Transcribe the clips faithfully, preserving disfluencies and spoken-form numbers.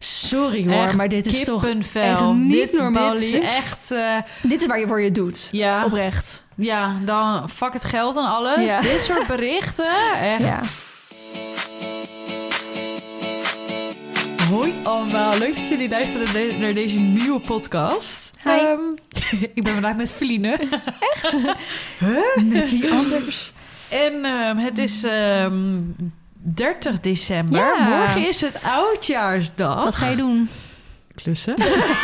Sorry hoor, echt maar dit is toch kippenvel. echt niet dit, normaal dit is lief. echt... Uh, dit is waar je voor je doet. Ja. Oprecht. Ja, dan fuck het geld en alles. Ja. Dit soort berichten, echt... Ja. Hoi allemaal, leuk dat jullie luisteren naar deze nieuwe podcast. Hi. Um, ik ben vandaag met Feline. Echt? Huh? Met wie anders? En um, het is um, dertig december. Ja. Morgen is het oudjaarsdag. Wat ga je doen? Klussen.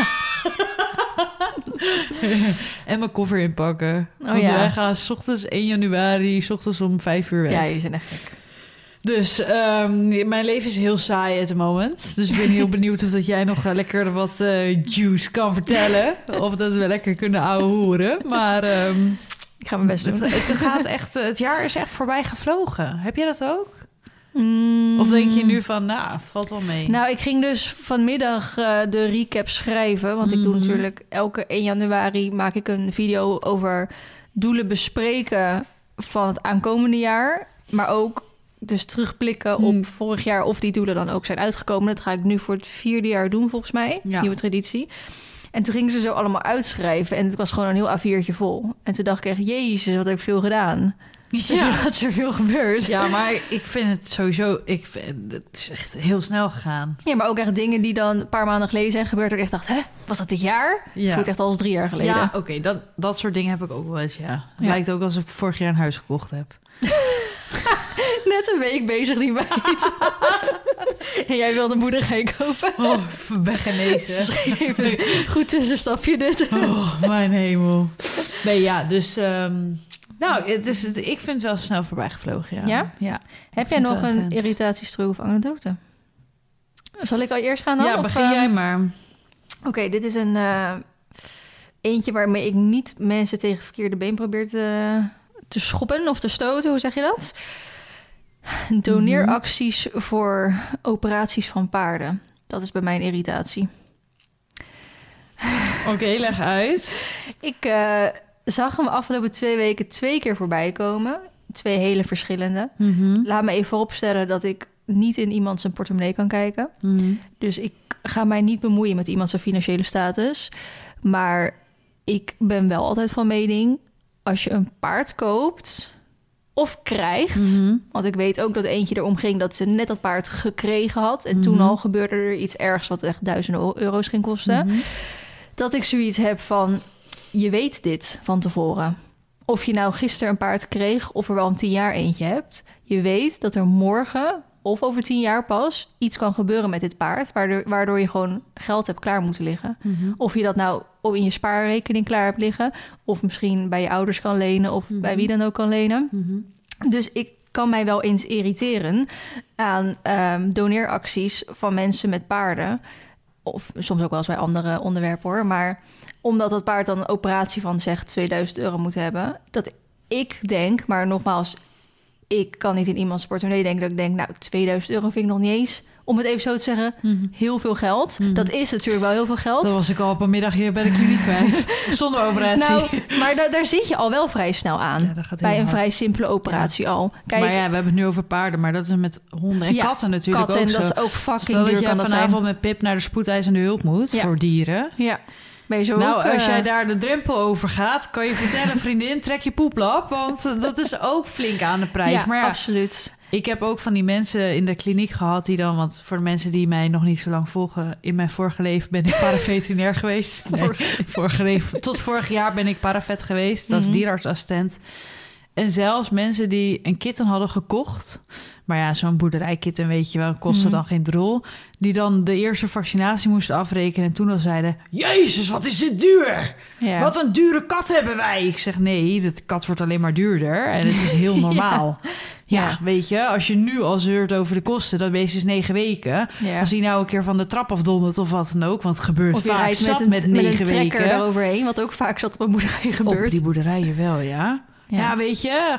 En mijn koffer inpakken. Oh, Want ja. wij gaan 's ochtends één januari, 's ochtends om vijf uur weg. Ja, jullie zijn echt gek. Dus um, mijn leven is heel saai at the moment. Dus ik ben heel benieuwd of dat jij nog uh, lekker wat uh, juice kan vertellen. Of dat we lekker kunnen ouwehoeren. Maar um, ik ga mijn best doen. Het, het, gaat echt, het jaar is echt voorbij gevlogen. Heb jij dat ook? Mm. Of denk je nu van, nou, het valt wel mee? Nou, ik ging dus vanmiddag uh, de recap schrijven. Want mm-hmm. ik doe natuurlijk elke één januari maak ik een video over doelen bespreken van het aankomende jaar. Maar ook dus terugblikken op mm. vorig jaar of die doelen dan ook zijn uitgekomen. Dat ga ik nu voor het vierde jaar doen volgens mij. Ja. Nieuwe traditie. En toen gingen ze zo allemaal uitschrijven. En het was gewoon een heel A viertje vol. En toen dacht ik echt, jezus, wat heb ik veel gedaan. Ja, wat is er veel gebeurd. Ja, maar ik vind het sowieso... Ik vind, het is echt heel snel gegaan. Ja, maar ook echt dingen die dan een paar maanden geleden zijn gebeurd. Dat ik echt dacht, hè, was dat dit jaar? Ja. Voelt echt al als drie jaar geleden. Ja, oké, okay, dat, dat soort dingen heb ik ook wel eens, ja. Het ja. lijkt ook alsof ik vorig jaar een huis gekocht heb. Net een week bezig, die meid. En jij wilde een boerderij kopen. Oh, weggenezen. Even een goed tussenstapje dit. Oh, mijn hemel. Nee, ja, dus... Um, nou, het is, ik vind het wel snel voorbij gevlogen, ja. Ja? Ja. Heb jij nog een irritatiestrook of anekdote? Zal ik al eerst gaan dan? Ja, of, begin uh... jij maar. Oké, okay, dit is een uh, eentje waarmee ik niet mensen tegen verkeerde been probeer te, te schoppen of te stoten. Hoe zeg je dat? Doneeracties mm-hmm. voor operaties van paarden. Dat is bij mij een irritatie. Oké, okay, leg uit. Ik uh, zag hem afgelopen twee weken twee keer voorbij komen. Twee hele verschillende. Mm-hmm. Laat me even vooropstellen dat ik niet in iemand zijn portemonnee kan kijken. Mm-hmm. Dus ik ga mij niet bemoeien met iemand zijn financiële status. Maar ik ben wel altijd van mening, als je een paard koopt of krijgt... Mm-hmm. Want ik weet ook dat eentje erom ging dat ze net dat paard gekregen had. En mm-hmm. toen al gebeurde er iets ergs wat echt duizenden euro's ging kosten. Mm-hmm. Dat ik zoiets heb van, je weet dit van tevoren. Of je nou gisteren een paard kreeg of er wel een tien jaar eentje hebt. Je weet dat er morgen of over tien jaar pas iets kan gebeuren met dit paard. Waardoor, waardoor je gewoon geld hebt klaar moeten liggen. Mm-hmm. Of je dat nou in je spaarrekening klaar hebt liggen. Of misschien bij je ouders kan lenen. Of mm-hmm. bij wie dan ook kan lenen. Mm-hmm. Dus ik kan mij wel eens irriteren aan um, doneeracties van mensen met paarden. Of soms ook wel eens bij andere onderwerpen hoor. Maar omdat dat paard dan een operatie van zegt tweeduizend euro moet hebben. Dat ik denk, maar nogmaals, ik kan niet in iemands portemonnee denken. Dat ik denk, nou, tweeduizend euro vind ik nog niet eens, om het even zo te zeggen, mm-hmm. heel veel geld. Mm-hmm. Dat is natuurlijk wel heel veel geld. Dat was ik al op een middag hier bij de kliniek kwijt. Zonder operatie. Nou, maar da- daar zit je al wel vrij snel aan. Ja, dat gaat bij een hard. Vrij simpele operatie ja. al. Kijk, maar ja, we hebben het nu over paarden, maar dat is met honden en ja, katten natuurlijk katten, ook en zo. dat is ook fucking Stel duur dat je kan dat zijn. vanavond met Pip naar de spoedeisende hulp moet ja. voor dieren. Ja. Ben je zo nou, ook, als uh... jij daar de drempel over gaat, kan je vertellen, vriendin, trek je poeplap. Want dat is ook flink aan de prijs. Ja, maar ja, absoluut. Ik heb ook van die mensen in de kliniek gehad die dan... Want voor de mensen die mij nog niet zo lang volgen... In mijn vorige leven ben ik paraveterinair geweest. Nee, vorige leven, tot vorig jaar ben ik paravet geweest. Als mm-hmm. dierenartsassistent. En zelfs mensen die een kitten hadden gekocht... Maar ja, zo'n boerderijkitten, weet je wel, kostte mm-hmm. dan geen drol. Die dan de eerste vaccinatie moesten afrekenen. En toen al zeiden, Jezus, wat is dit duur? Ja. Wat een dure kat hebben wij. Ik zeg, nee, de kat wordt alleen maar duurder. En het is heel normaal. ja. ja, weet je, als je nu al zeurt over de kosten... dat beest is negen weken. Ja. Als hij nou een keer van de trap afdondert of wat dan ook... want het gebeurt of vaak zat met, een, met negen met een weken. trekker eroverheen, wat ook vaak zat op een boerderij gebeurt. Op die boerderijen wel, ja. Ja. ja, weet je,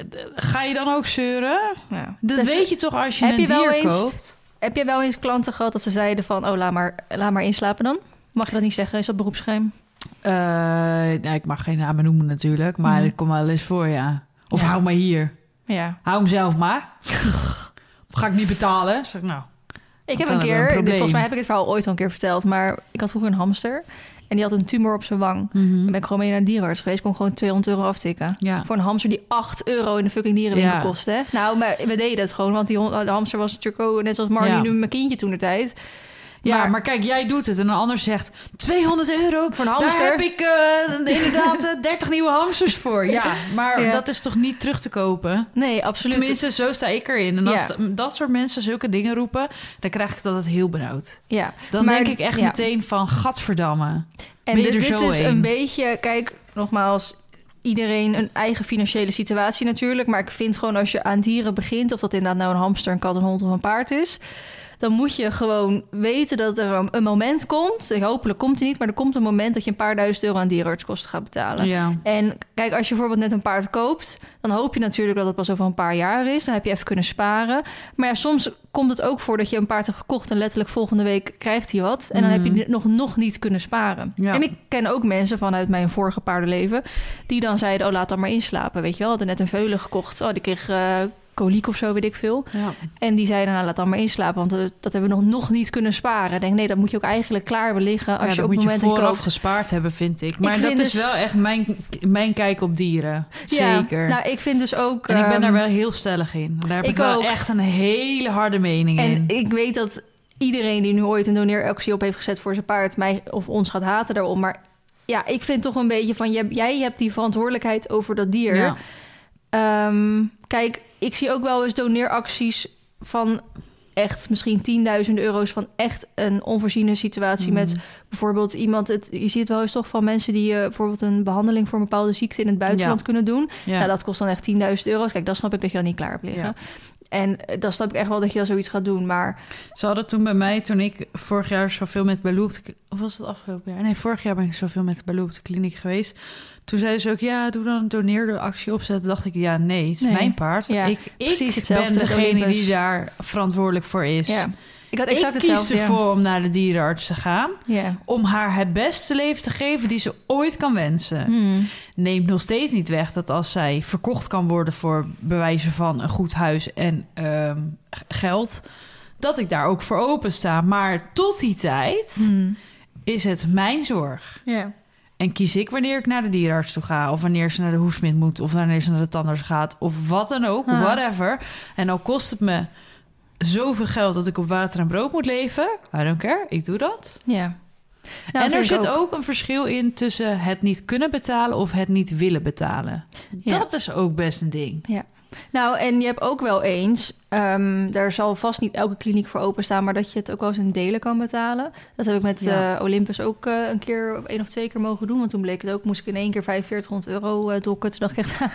ga je dan ook zeuren? Ja. Dat dus weet je toch als je een je dier eens, koopt? Heb je wel eens klanten gehad dat ze zeiden van... oh, laat maar, laat maar inslapen dan? Mag je dat niet zeggen? Is dat beroepsgeheim? Uh, nou, ik mag geen namen noemen natuurlijk, maar mm. dat komt wel eens voor, ja. Of ja. hou maar hier. Ja. Hou hem zelf maar. Of ga ik niet betalen? Zeg ik, nou, Ik heb een keer, een volgens mij heb ik het verhaal ooit al een keer verteld, maar ik had vroeger een hamster en die had een tumor op zijn wang. Mm-hmm. Dan ben ik gewoon mee naar de dierenarts geweest, kon gewoon tweehonderd euro aftikken. Ja. Voor een hamster die acht euro in de fucking dierenwinkel ja. kost, hè? Nou, maar we deden het gewoon, want die de hamster was natuurlijk ook, net zoals Marnie ja. nu mijn kindje toen de tijd. Ja, maar, maar kijk, jij doet het en een ander zegt tweehonderd euro voor een hamster. Daar heb ik uh, inderdaad dertig nieuwe hamsters voor. Ja, maar ja. dat is toch niet terug te kopen? Nee, absoluut. Tenminste, zo sta ik erin. En als ja. dat soort mensen zulke dingen roepen, dan krijg ik dat het heel benauwd. Ja. Dan maar, denk ik echt ja. meteen van, gadverdamme. En dit, dit is een beetje, kijk, nogmaals, iedereen een eigen financiële situatie natuurlijk. Maar ik vind gewoon als je aan dieren begint, of dat inderdaad nou een hamster, een kat, een hond of een paard is, dan moet je gewoon weten dat er een moment komt. Hopelijk komt hij niet, maar er komt een moment dat je een paar duizend euro aan dierenartskosten gaat betalen. Ja. En kijk, als je bijvoorbeeld net een paard koopt, dan hoop je natuurlijk dat het pas over een paar jaar is. Dan heb je even kunnen sparen. Maar ja, soms komt het ook voor dat je een paard hebt gekocht en letterlijk volgende week krijgt hij wat. En dan mm. heb je nog, nog niet kunnen sparen. Ja. En ik ken ook mensen vanuit mijn vorige paardenleven die dan zeiden, oh, laat dan maar inslapen. Weet je wel, hadden net een veulen gekocht. Oh, die kreeg Uh, koliek of zo, weet ik veel. Ja. En die zeiden, nou, laat dan maar inslapen, want dat, dat hebben we nog, nog niet kunnen sparen. Ik denk, nee, dat moet je ook eigenlijk klaar beliggen als ja, je op het moment dat moet je vooraf gespaard hebben, vind ik. Maar ik dat dus, is wel echt mijn, mijn kijk op dieren. Ja, zeker. Nou, ik vind dus ook En ik ben um, daar wel heel stellig in. Daar heb ik, ik wel ook echt een hele harde mening en in. En ik weet dat iedereen die nu ooit een doneeractie op heeft gezet voor zijn paard mij of ons gaat haten daarom. Maar ja, ik vind toch een beetje van, jij, jij hebt die verantwoordelijkheid over dat dier. Ja. Um, kijk, ik zie ook wel eens doneeracties van echt misschien tienduizenden euro's van echt een onvoorziene situatie mm. met bijvoorbeeld iemand. Het, je ziet het wel eens toch van mensen die uh, bijvoorbeeld een behandeling voor een bepaalde ziekte in het buitenland ja. kunnen doen. Ja. Nou, dat kost dan echt tienduizend euro's. Kijk, dan snap ik dat je dan niet klaar hebt liggen. Ja. En dan snap ik echt wel dat je dan zoiets gaat doen, maar ze hadden toen bij mij, toen ik vorig jaar zoveel met Baloo, of was het afgelopen jaar? Nee, vorig jaar ben ik zoveel met Baloo op de kliniek geweest. Toen zeiden ze ook, ja, doe dan een doneerde actie opzetten. Dacht ik, ja, nee, het is nee. mijn paard. Ja, ik ik ben degene die daar verantwoordelijk voor is. Ja. Ik had exact ik hetzelfde, kies ervoor ja. om naar de dierenarts te gaan. Ja. Om haar het beste leven te geven die ze ooit kan wensen. Hmm. Neemt nog steeds niet weg dat als zij verkocht kan worden voor bewijzen van een goed huis en um, geld, dat ik daar ook voor open sta. Maar tot die tijd hmm. is het mijn zorg. Ja. En kies ik wanneer ik naar de dierenarts toe ga, of wanneer ze naar de hoefsmid moet, of wanneer ze naar de tandarts gaat, of wat dan ook, ah. whatever. En al kost het me zoveel geld dat ik op water en brood moet leven, I don't care, ik doe dat. Ja. Nou, en er zit ook. ook een verschil in tussen het niet kunnen betalen of het niet willen betalen. Ja. Dat is ook best een ding. Ja. Nou, en je hebt ook wel eens, um, daar zal vast niet elke kliniek voor openstaan, maar dat je het ook wel eens in delen kan betalen. Dat heb ik met ja. uh, Olympus ook uh, een keer, één of twee keer mogen doen, want toen bleek het ook, moest ik in één keer vijfenveertighonderd euro uh, dokken. Toen dacht ik echt,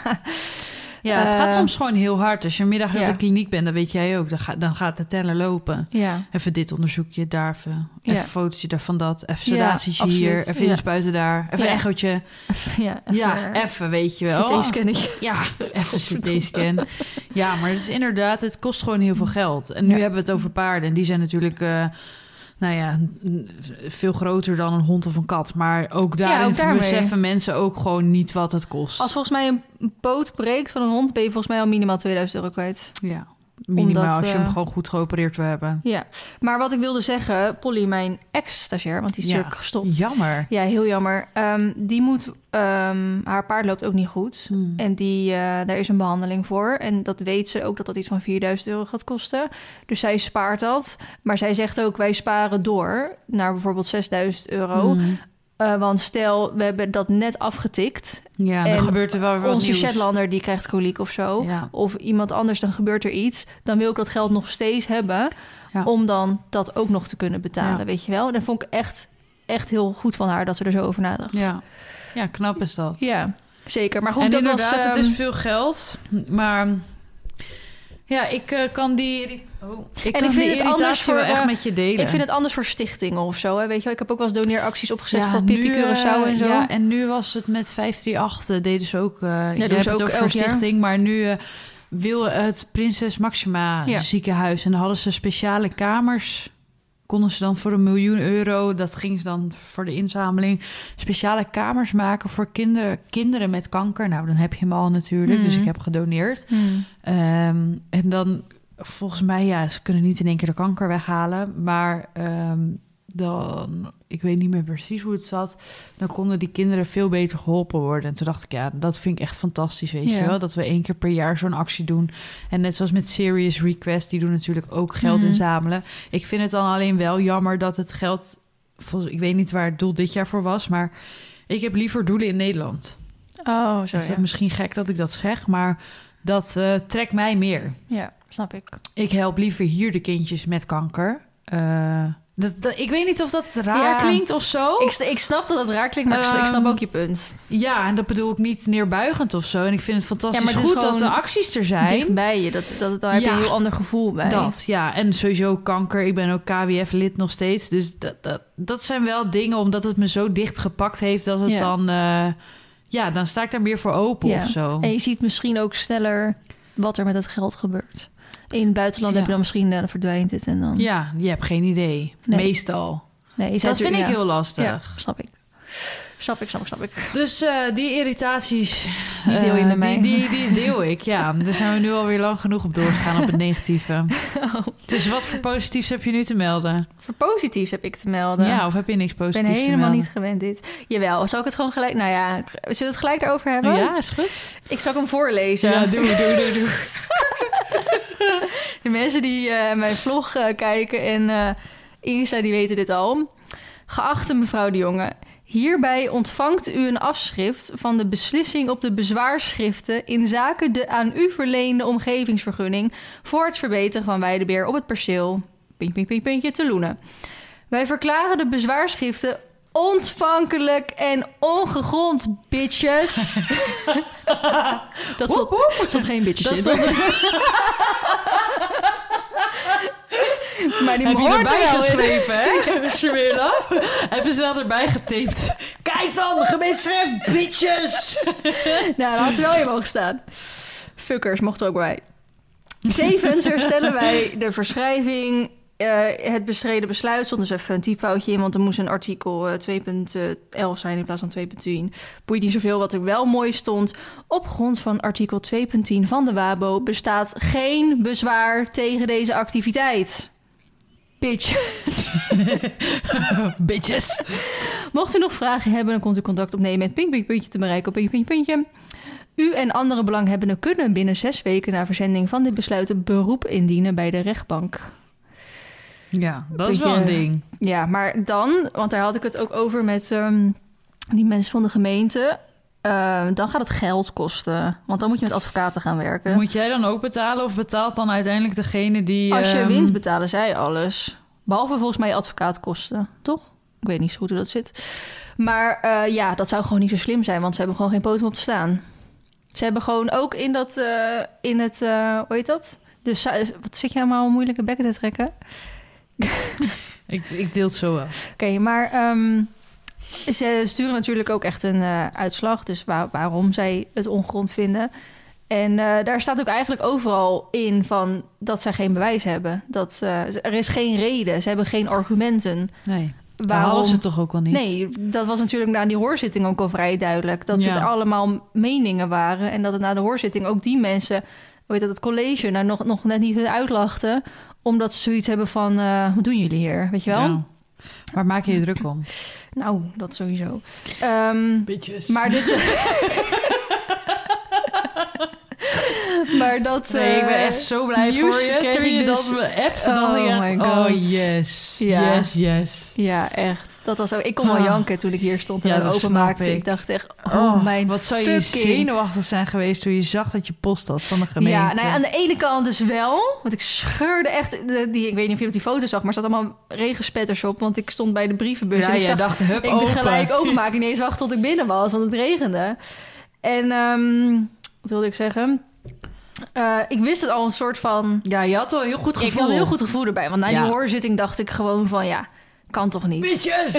ja, het uh, gaat soms gewoon heel hard. Als je een middag ja. op de kliniek bent, dan weet jij ook, dan, ga, dan gaat de teller lopen. Ja. Even dit onderzoekje, daar even, even ja. een fotootje daarvan dat, even sedatietje ja, hier, even ja. spuiten daar, even ja. een echootje. Ja, even, ja, even weet je wel. C T-scannetje. Ja, even C T-scan. Ja, maar het is inderdaad, het kost gewoon heel veel geld. En nu ja. hebben we het over paarden. En die zijn natuurlijk, uh, nou ja, veel groter dan een hond of een kat. Maar ook daarin ja, ook daarmee. beseffen mensen ook gewoon niet wat het kost. Als volgens mij een poot breekt van een hond, ben je volgens mij al minimaal tweeduizend euro kwijt. Ja. Minimaal Omdat, als je hem uh, gewoon goed geopereerd wil hebben. Ja, maar wat ik wilde zeggen, Polly, mijn ex-stagiair, want die is ja, natuurlijk gestopt. Jammer. Ja, heel jammer. Um, die moet, um, haar paard loopt ook niet goed. Hmm. En die, uh, daar is een behandeling voor. En dat weet ze ook dat dat iets van vierduizend euro gaat kosten. Dus zij spaart dat. Maar zij zegt ook, wij sparen door naar bijvoorbeeld zesduizend euro. Hmm. Uh, want stel, we hebben dat net afgetikt. Ja, dan en gebeurt er wel wat onze nieuws. Shetlander die krijgt koliek of zo. Ja. Of iemand anders, dan gebeurt er iets. Dan wil ik dat geld nog steeds hebben. Ja. Om dan dat ook nog te kunnen betalen, ja. weet je wel. Dat vond ik echt, echt heel goed van haar dat ze er zo over nadacht. Ja, ja knap is dat. Ja, zeker. Maar goed, en dat inderdaad, was, um... het is veel geld. Maar ja, ik uh, kan die... Oh, ik en kan ik vind die het anders voor echt uh, met je delen. Ik vind het anders voor stichtingen of zo. Hè? Weet je wel, ik heb ook wel eens doneeracties opgezet ja, voor Pippi Curaçao en zo. Ja, en nu was het met vijf drie acht, uh, deden ze ook. Uh, ja, je hebt het ook voor stichting, jaar. Maar nu uh, wil het Prinses Maxima ja. ziekenhuis en dan hadden ze speciale kamers. Konden ze dan voor een miljoen euro, dat ging ze dan voor de inzameling, speciale kamers maken voor kinder, kinderen met kanker. Nou, dan heb je hem al natuurlijk, mm. dus ik heb gedoneerd. Mm. Um, en dan volgens mij, ja, ze kunnen niet in één keer de kanker weghalen. Maar um, dan, ik weet niet meer precies hoe het zat. Dan konden die kinderen veel beter geholpen worden. En toen dacht ik, ja, dat vind ik echt fantastisch, weet ja. je wel. Dat we één keer per jaar zo'n actie doen. En net zoals met Serious Request, die doen natuurlijk ook geld mm-hmm. inzamelen. Ik vind het dan alleen wel jammer dat het geld... Ik weet niet waar het doel dit jaar voor was, maar ik heb liever doelen in Nederland. Oh, zo dus ja. Misschien gek dat ik dat zeg, maar dat uh, trekt mij meer. Ja, snap ik. Ik help liever hier de kindjes met kanker. Uh, dat, dat, ik weet niet of dat raar ja, klinkt of zo. Ik, ik snap dat het raar klinkt, maar um, ik snap ook je punt. Ja, en dat bedoel ik niet neerbuigend of zo. En ik vind het fantastisch ja, het goed dat de acties er zijn. Dichtbij je, dat, dat, daar heb ja, je een heel ander gevoel bij. Dat, ja. En sowieso kanker. Ik ben ook K W F-lid nog steeds. Dus dat, dat, dat zijn wel dingen, omdat het me zo dicht gepakt heeft... dat het ja. dan... Uh, ja, dan sta ik daar meer voor open ja. of zo. En je ziet misschien ook sneller wat er met het geld gebeurt. In het buitenland ja. heb je dan misschien, dan verdwijnt het en dan... Ja, je hebt geen idee. Nee. Meestal. Nee, dat vind ja. ik heel lastig. Ja, snap ik. Snap ik, snap ik, snap ik. Dus uh, die irritaties... Die deel je uh, met mij. Die, die, die deel ik, ja. Daar zijn we nu alweer lang genoeg op doorgegaan op het negatieve. Oh. Dus wat voor positiefs heb je nu te melden? Wat voor positiefs heb ik te melden? Ja, of heb je niks positiefs Ik ben helemaal niet gewend dit. Jawel, zal ik het gewoon gelijk... Nou ja, zullen we het gelijk erover hebben? Ja, is goed. Ik zal hem voorlezen. Ja, doe, doe, doe, doe. De mensen die uh, mijn vlog uh, kijken en uh, Insta, die weten dit al. Geachte mevrouw de Jonge... Hierbij ontvangt u een afschrift van de beslissing op de bezwaarschriften in zaken de aan u verleende omgevingsvergunning voor het verbeteren van weidebeer op het perceel pink, pink, pink, pinkje te Loenen. Wij verklaren de bezwaarschriften ontvankelijk en ongegrond, bitches. Dat stond, stond geen bitches dat in. Stond... Maar die heb je erbij geschreven, hè? Shamila? Hebben ze wel erbij getaped. Kijk dan, gemeenschap, bitches! Nou, dat had er wel in mogen staan. Fuckers mocht er ook bij. Tevens herstellen wij de verschrijving... Uh, het bestreden besluit stond dus even een typfoutje in... want er moest een artikel uh, twee punt elf zijn in plaats van twee punt tien. Boeit niet zoveel. Wat er wel mooi stond... op grond van artikel twee punt tien van de WABO... bestaat geen bezwaar tegen deze activiteit. Bitch. Bitches. Mocht u nog vragen hebben... dan kunt u contact opnemen met pink, pink, puntje te bereiken op pink, pink, puntje. U en andere belanghebbenden kunnen binnen zes weken... na verzending van dit besluit een beroep indienen bij de rechtbank. Ja, dat is wel een ding. Ja, maar dan, want daar had ik het ook over met um, die mensen van de gemeente. Uh, dan gaat het geld kosten. Want dan moet je met advocaten gaan werken. Moet jij dan ook betalen of betaalt dan uiteindelijk degene die... Als je um... wint, betalen zij alles. Behalve volgens mij advocaatkosten, toch? Ik weet niet zo goed hoe dat zit. Maar uh, ja, dat zou gewoon niet zo slim zijn, want ze hebben gewoon geen poten op te staan. Ze hebben gewoon ook in dat, uh, in het, uh, hoe heet dat? Dus wat zit je allemaal moeilijke bekken te trekken? ik, ik deel het zo wel. Oké, okay, maar um, ze sturen natuurlijk ook echt een uh, uitslag. Dus waar, waarom zij het ongrond vinden. En uh, daar staat ook eigenlijk overal in van dat zij geen bewijs hebben. Dat, uh, er is geen reden. Ze hebben geen argumenten. Nee, waarom halen ze toch ook al niet? Nee, dat was natuurlijk na die hoorzitting ook al vrij duidelijk. Dat ja. het allemaal meningen waren. En dat het na de hoorzitting ook die mensen... weet dat het college nou nog, nog net niet uitlachten... omdat ze zoiets hebben van, uh, wat doen jullie hier? Weet je wel? Ja. Waar maak je je druk om? Nou, dat sowieso. Um, Bitches. Maar dit... maar dat... Nee, ik ben echt zo blij voor je. Toen je dus... dat me appte, dan dacht oh ik, oh yes, ja. yes, yes. Ja, echt. Dat was ook... Ik kon wel oh. janken toen ik hier stond en ja, het openmaakte. Ik. ik dacht echt, oh, oh mijn wat zou je fucking... zenuwachtig zijn geweest toen je zag dat je post had van de gemeente. Ja, nou ja, aan de ene kant dus wel. Want ik scheurde echt... De, die, ik weet niet of je op die foto zag, maar er zat allemaal regenspetters op. Want ik stond bij de brievenbus. Ja, en ik zag, dacht, hup, ik open. gelijk openmaken. Ik niet eens wachten tot ik binnen was, want het regende. En um, wat wilde ik zeggen... Uh, ik wist het al een soort van... Ja, je had al een heel goed gevoel. Ik had een heel goed gevoel erbij. Want na ja. die hoorzitting dacht ik gewoon van... ja, kan toch niet. Bitches!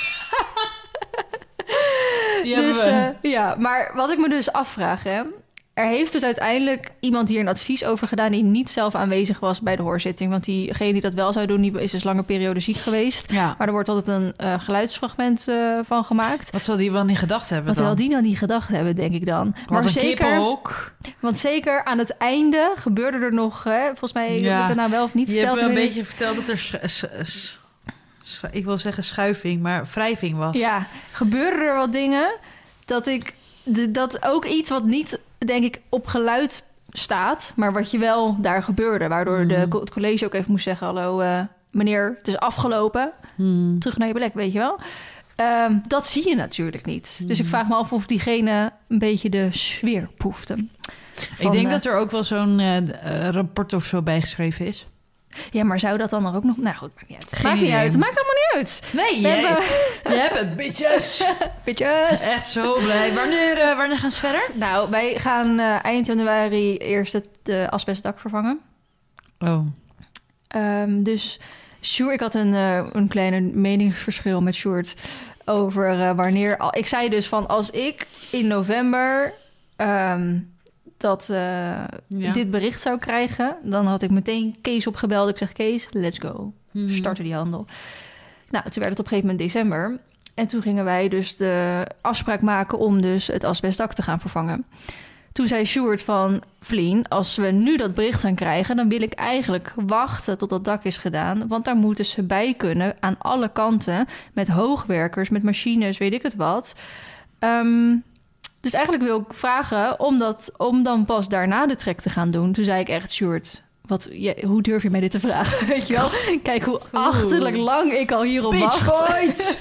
dus uh, ja, maar wat ik me dus afvraag... hè, er heeft dus uiteindelijk iemand hier een advies over gedaan... die niet zelf aanwezig was bij de hoorzitting. Want diegene die dat wel zou doen, die is dus lange periode ziek geweest. Ja. Maar er wordt altijd een uh, geluidsfragment uh, van gemaakt. Wat zal die wel niet gedacht hebben Wat dan? zal die dan niet gedacht hebben, denk ik dan. Wat maar een zeker, kippenhok. Want zeker aan het einde gebeurde er nog... Hè, volgens mij, Ja. heb ik het nou wel of niet Je verteld? hebt wel een weet beetje verteld dat er... Sch- sch- sch- sch- ik wil zeggen schuiving, maar wrijving was. Ja, gebeurden er wat dingen dat ik... De, dat ook iets wat niet, denk ik, op geluid staat... maar wat je wel daar gebeurde. Waardoor Mm. de, het college ook even moest zeggen... hallo, uh, meneer, het is afgelopen. Mm. Terug naar je plek, weet je wel. Um, dat zie je natuurlijk niet. Mm. Dus ik vraag me af of diegene een beetje de sfeer proefde. Ik denk uh, dat er ook wel zo'n uh, uh, rapport of zo bijgeschreven is. Ja, maar zou dat dan ook nog... Nou goed, maakt niet uit. Geen maakt niet idee. uit. Het maakt allemaal niet uit. Nee, We jij, hebben... je hebt het, bitches. Bitches. Echt zo blij. Wanneer, uh, wanneer gaan ze verder? Nou, wij gaan uh, eind januari eerst het uh, asbestdak vervangen. Oh. Um, dus Sjoerd, ik had een, uh, een kleine meningsverschil met Sjoerd over uh, wanneer... Al, ik zei dus van als ik in november... Um, dat uh, ja. dit bericht zou krijgen... dan had ik meteen Kees opgebeld. Ik zeg, Kees, let's go. Hmm. Starten die handel. Nou, toen werd het op een gegeven moment december. En toen gingen wij dus de afspraak maken... om dus het asbestdak te gaan vervangen. Toen zei Sjoerd van... Vlien, als we nu dat bericht gaan krijgen... dan wil ik eigenlijk wachten tot dat dak is gedaan. Want daar moeten ze bij kunnen aan alle kanten... met hoogwerkers, met machines, weet ik het wat... Um, Dus eigenlijk wil ik vragen om, dat, om dan pas daarna de trek te gaan doen. Toen zei ik echt, Sjoerd, wat, je, hoe durf je mij dit te vragen? Weet je wel? Kijk hoe achterlijk lang ik al hierop wacht.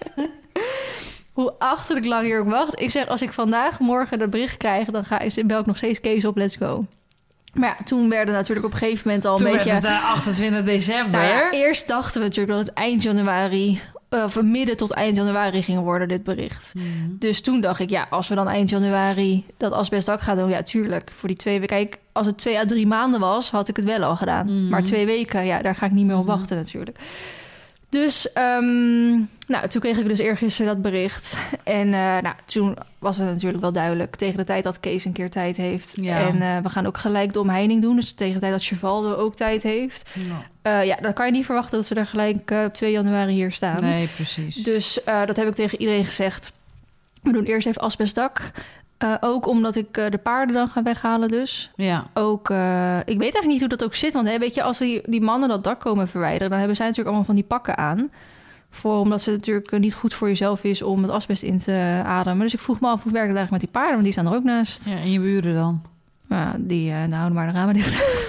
Hoe achterlijk lang hierop wacht. Ik zeg, als ik vandaag morgen dat bericht krijg... dan ga, bel ik nog steeds Kees op, let's go. Maar ja, toen werden natuurlijk op een gegeven moment al toen een beetje... Toen werd het uh, achtentwintig december. Nou ja, eerst dachten we natuurlijk dat het eind januari... of midden tot eind januari ging worden, dit bericht. Mm. Dus toen dacht ik, ja, als we dan eind januari dat asbestdak gaan doen... ja, tuurlijk, voor die twee weken... Kijk, als het twee à drie maanden was, had ik het wel al gedaan. Mm. Maar twee weken, ja, daar ga ik niet meer op wachten natuurlijk. Dus, um, nou, toen kreeg ik dus eergisteren dat bericht. En uh, nou, toen was het natuurlijk wel duidelijk... tegen de tijd dat Kees een keer tijd heeft. Ja. En uh, we gaan ook gelijk de omheining doen. Dus tegen de tijd dat Chevaldo ook tijd heeft... Ja. Uh, ja, dan kan je niet verwachten dat ze er gelijk uh, op twee januari hier staan. Nee, precies. Dus uh, dat heb ik tegen iedereen gezegd. We doen eerst even asbestdak. Uh, ook omdat ik uh, de paarden dan ga weghalen dus. Ja. Ook, uh, ik weet eigenlijk niet hoe dat ook zit. Want hè, weet je, als die, die mannen dat dak komen verwijderen... dan hebben zij natuurlijk allemaal van die pakken aan. Voor, omdat het natuurlijk niet goed voor jezelf is om het asbest in te ademen. Dus ik vroeg me af, hoe werkt het eigenlijk met die paarden? Want die staan er ook naast. Ja, en je buren dan? Ja, die uh, nou, houden maar de ramen dicht.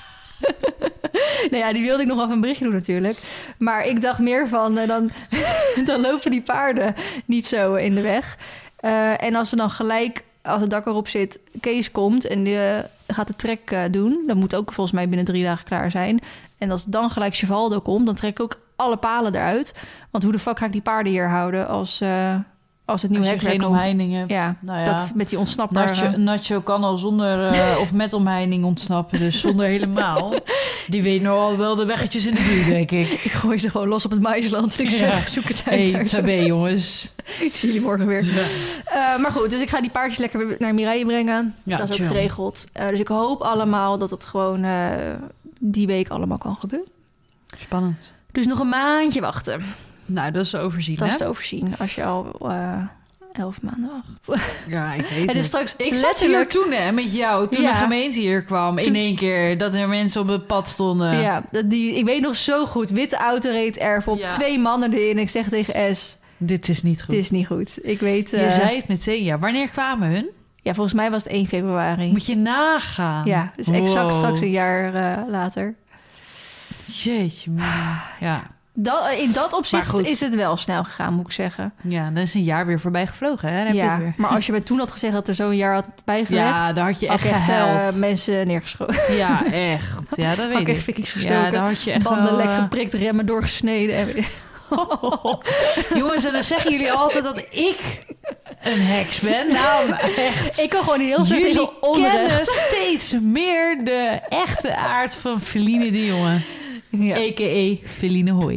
Nou ja, die wilde ik nog even een berichtje doen natuurlijk. Maar ik dacht meer van, uh, dan, dan lopen die paarden niet zo in de weg. Uh, en als ze dan gelijk, als het dak erop zit, Kees komt en die uh, gaat de trek uh, doen... dat moet ook volgens mij binnen drie dagen klaar zijn. En als dan gelijk Chevaldo komt, dan trek ik ook alle palen eruit. Want hoe de fuck ga ik die paarden hier houden als... Uh, Als het nieuw hek geen omheining hebt. Ja, nou ja, dat met die ontsnapper. Nacho, Nacho kan al zonder uh, of met omheining ontsnappen, dus zonder helemaal. Die weet nou al wel de weggetjes in de buurt, denk ik. Ik gooi ze gewoon los op het maisland. Ik zeg, ja. Zoek het uit. Hey, tabé, jongens. Ik zie jullie morgen weer. Ja. Uh, maar goed, dus ik ga die paardjes lekker naar Mireille brengen. Ja, dat is ook chill. Geregeld. Uh, dus ik hoop allemaal dat het gewoon uh, die week allemaal kan gebeuren. Spannend. Dus nog een maandje wachten. Nou, dat is te overzien, Dat hè? is te overzien als je al uh, elf maanden wacht. Ja, ik weet het. het. Straks ik zat hier toen, hè, met jou. Toen ja. de gemeente hier kwam. Toen... In één keer dat er mensen op het pad stonden. Ja, dat die, ik weet nog zo goed. Witte auto reed erf op. Ja. Twee mannen erin. Ik zeg tegen S... Dit is niet goed. Dit is niet goed. Ik weet... Uh... Je zei het meteen, ja. Wanneer kwamen hun? Ja, volgens mij was het één februari. Moet je nagaan. Ja, dus exact wow. straks een jaar uh, later. Jeetje, man. Ja. Dat, in dat opzicht is het wel snel gegaan, moet ik zeggen. Ja, dan is een jaar weer voorbij gevlogen, hè? Dan heb ja, je het weer. Maar als je me toen had gezegd dat er zo'n jaar had bijgelegd... Ja, daar had je echt had gehuild. Uh, mensen neergeschoten. Ja, echt. Ja, dat weet ik. Had ik echt fikkies gestoken. Ja, daar had je echt banden wel, lek uh... geprikt, remmen doorgesneden. En... Oh. Jongens, en dan zeggen jullie altijd dat ik een heks ben. Nou, echt. Ik kan gewoon heel slecht tegen onrecht. Jullie kennen steeds meer de echte aard van Feline de Jonge. Ja. A K A Feline Hooy.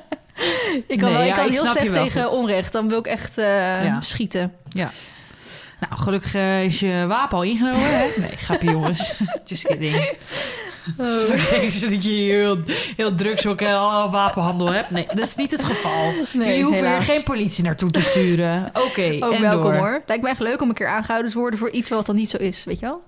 ik kan, nee, wel, ik ja, kan ik heel slecht tegen goed. onrecht. Dan wil ik echt uh, ja. schieten. Ja. Nou, gelukkig uh, is je wapen al ingenomen, hè? Nee, grapje jongens. Just kidding. Oh. Straks denken ze dat je heel, heel drugs ook al wapenhandel hebt. Nee, dat is niet het geval. Nee, Jullie hoeven helaas. er geen politie naartoe te sturen. Oké, okay, ook en welkom door. hoor. Lijkt me echt leuk om een keer aangehouden te worden voor iets wat dan niet zo is, weet je wel?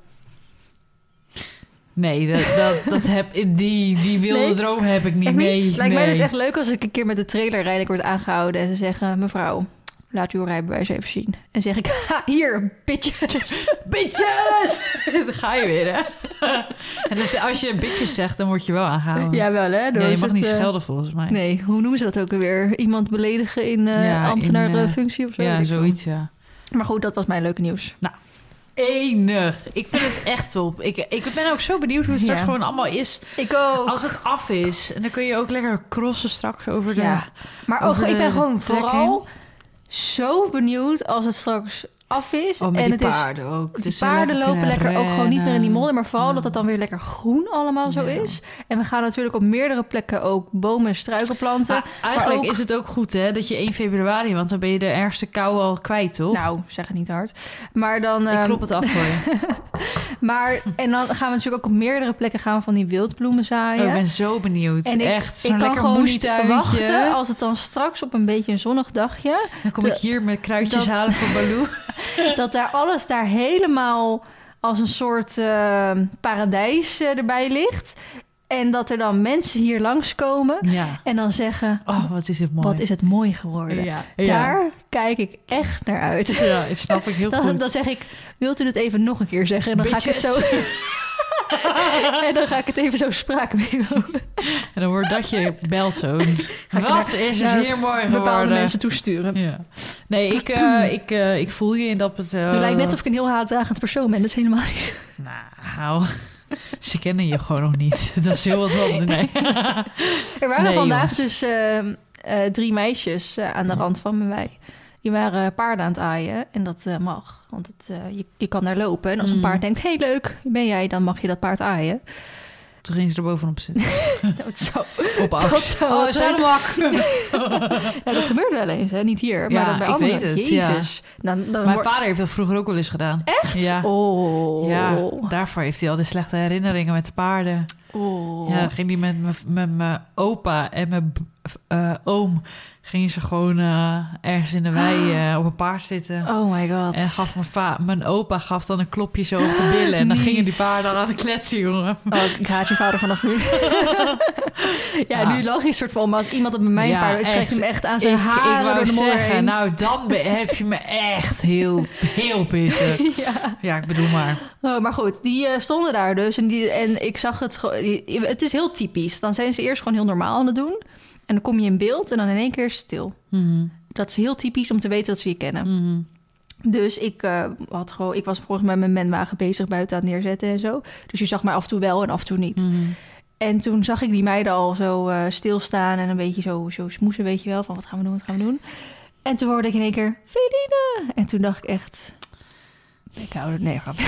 Nee, dat, dat, dat heb, die, die wilde nee? droom heb ik niet. Echt nee, niet? Lijkt nee. mij dus echt leuk als ik een keer met de trailer rijd en ik word aangehouden en ze zeggen, mevrouw, laat uw rijbewijs even zien. En zeg ik, ha, hier, bitches. Bitches! Dan ga je weer, hè? En dus als je bitches zegt, dan word je wel aangehouden. Ja, wel, hè? Nee, je mag het, niet schelden, volgens mij. Nee, hoe noemen ze dat ook alweer? Iemand beledigen in uh, ja, ambtenarenfunctie uh, of zo? Ja, zoiets, ja. Maar goed, dat was mijn leuke nieuws. Nou, enig. Ik vind het echt top. Ik, ik ben ook zo benieuwd hoe het straks ja. gewoon allemaal is. Ik ook. Als het af is. En dan kun je ook lekker crossen straks over de... Ja, maar ook, ik ben gewoon vooral zo benieuwd als het straks af is. Oh, en die het paarden is, ook. Die paarden lopen lekker rennen. Ook gewoon niet meer in die modder. Maar vooral ja. dat het dan weer lekker groen allemaal zo ja. is. En we gaan natuurlijk op meerdere plekken ook bomen en struiken planten. Maar eigenlijk maar ook... is het ook goed hè, dat je één februari... want dan ben je de ergste kou al kwijt, toch? Nou, zeg het niet hard. Maar dan... Ik klop het af voor je. Maar, en dan gaan we natuurlijk ook op meerdere plekken gaan van die wildbloemen zaaien. Oh, ik ben zo benieuwd. En ik, echt, zo'n ik kan lekker gewoon niet moestuintje. wachten als het dan straks op een beetje een zonnig dagje... Dan kom de, ik hier met kruidjes dat, halen voor Baloo. Dat daar alles daar helemaal als een soort uh, paradijs uh, erbij ligt. En dat er dan mensen hier langskomen ja. en dan zeggen... Oh, wat is het mooi. Wat is het mooi geworden. Ja. Daar ja. kijk ik echt naar uit. Ja, dat snap ik heel dan, goed. Dan zeg ik, wilt u het even nog een keer zeggen? En dan Bitches. Ga ik het zo... En dan ga ik het even zo spraak meelopen. En dan wordt dat je belt zo. Wat naar, is er hier mooi geworden. Bepaalde mensen toesturen. Ja. Nee, ik, uh, ik, uh, ik voel je in dat het... Uh... Het lijkt net of ik een heel haatdragend persoon ben. Dat is helemaal niet... Nou, ze kennen je gewoon nog niet. Dat is heel wat anders. Nee. Er waren nee, vandaag jongens. dus uh, uh, drie meisjes uh, aan de rand van mijn wei. Die waren paarden aan het aaien en dat uh, mag. Want het, uh, je, je kan daar lopen. En als een paard denkt, hey leuk, ben jij? Dan mag je dat paard aaien. Toen ging ze er bovenop zitten. Dat zo. Op af. Oh, zaddelbak. Ja, dat gebeurt wel eens, hè? Niet hier, maar ja, dan bij ik anderen. weet het, Jezus. Ja. Dan, dan Mijn wordt... vader heeft dat vroeger ook wel eens gedaan. Echt? Ja. Oh. Ja, daarvoor heeft hij al die slechte herinneringen met de paarden. Oh. Ja, dan ging hij met, met mijn opa en mijn uh, oom... gingen ze gewoon uh, ergens in de wei uh, op een paard zitten. Oh my god. En gaf mijn, va- mijn opa gaf dan een klopje zo op de billen. En dan Niet. gingen die paarden aan de kletsen, jongen. Oh, ik haat je vader vanaf nu. ja, ja, nu lag je soort van... maar als iemand op mijn ja, paard... ik trek hem echt aan zijn ik, haren ik wou door de modder zeggen, heen. Nou, dan be- heb je me echt heel, heel pissig. ja. ja, ik bedoel maar. Oh, maar goed, die uh, stonden daar dus. En, die, en ik zag het... Het is heel typisch. Dan zijn ze eerst gewoon heel normaal aan het doen... En dan kom je in beeld en dan in één keer stil. Mm-hmm. Dat is heel typisch om te weten dat ze je kennen. Mm-hmm. Dus ik, uh, had gewoon, ik was volgens mij met mijn menwagen bezig buiten aan het neerzetten en zo. Dus je zag mij af en toe wel en af en toe niet. Mm-hmm. En toen zag ik die meiden al zo uh, stilstaan en een beetje zo, zo smoesen, weet je wel. Van wat gaan we doen, wat gaan we doen? En toen hoorde ik in één keer, Feline! En toen dacht ik echt... Ik hou er... Nee, grapje.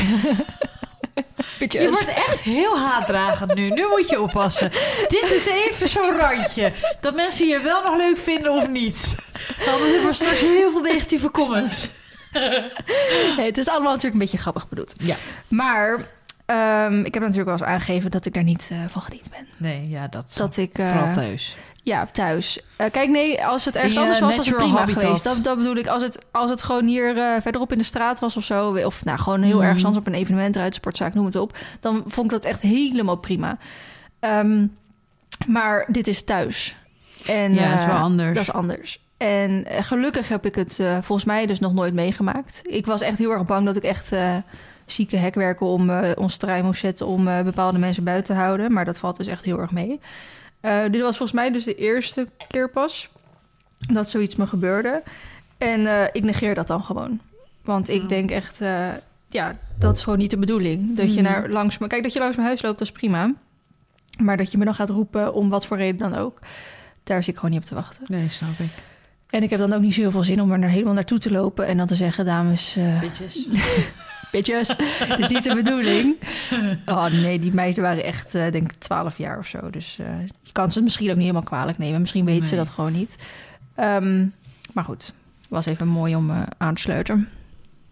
Je wordt echt heel haatdragend nu. Nu moet je oppassen. Dit is even zo'n randje. Dat mensen je wel nog leuk vinden of niet. Anders hebben we straks heel veel negatieve comments. Nee, het is allemaal natuurlijk een beetje grappig bedoeld. Ja. Maar um, ik heb natuurlijk wel eens aangegeven dat ik daar niet uh, van geniet ben. Nee, ja, dat, dat ik uh, vooral thuis. Ja, thuis. Uh, kijk, nee, als het ergens anders was, was het prima habitat. geweest. Dat, dat bedoel ik. Als het, als het gewoon hier uh, verderop in de straat was of zo... of nou, gewoon heel mm. ergens anders op een evenement, eruit, sportzaak, noem het op... dan vond ik dat echt helemaal prima. Um, maar dit is thuis. En, ja, dat is wel uh, anders. Dat is anders. En uh, gelukkig heb ik het uh, volgens mij dus nog nooit meegemaakt. Ik was echt heel erg bang dat ik echt... Uh, zieke hekwerken om uh, ons terrein moest zetten... om uh, bepaalde mensen buiten te houden. Maar dat valt dus echt heel erg mee. Uh, dit was volgens mij dus de eerste keer pas dat zoiets me gebeurde. En uh, ik negeer dat dan gewoon. Want ik ja. denk echt, uh, ja, dat is gewoon niet de bedoeling. Dat mm. je naar langs me... Kijk, dat je langs mijn huis loopt, dat is prima. Maar dat je me dan gaat roepen, om wat voor reden dan ook... daar zit ik gewoon niet op te wachten. Nee, snap ik. En ik heb dan ook niet zoveel zin om er helemaal naartoe te lopen... en dan te zeggen, dames... Uh, Bitches. Bitches. Dat is niet de bedoeling. Oh nee, die meisjes waren echt, uh, denk ik, twaalf jaar of zo. Dus uh, je kan ze misschien ook niet helemaal kwalijk nemen. Misschien weten nee. ze dat gewoon niet. Um, maar goed, was even mooi om uh, aan te sluiten.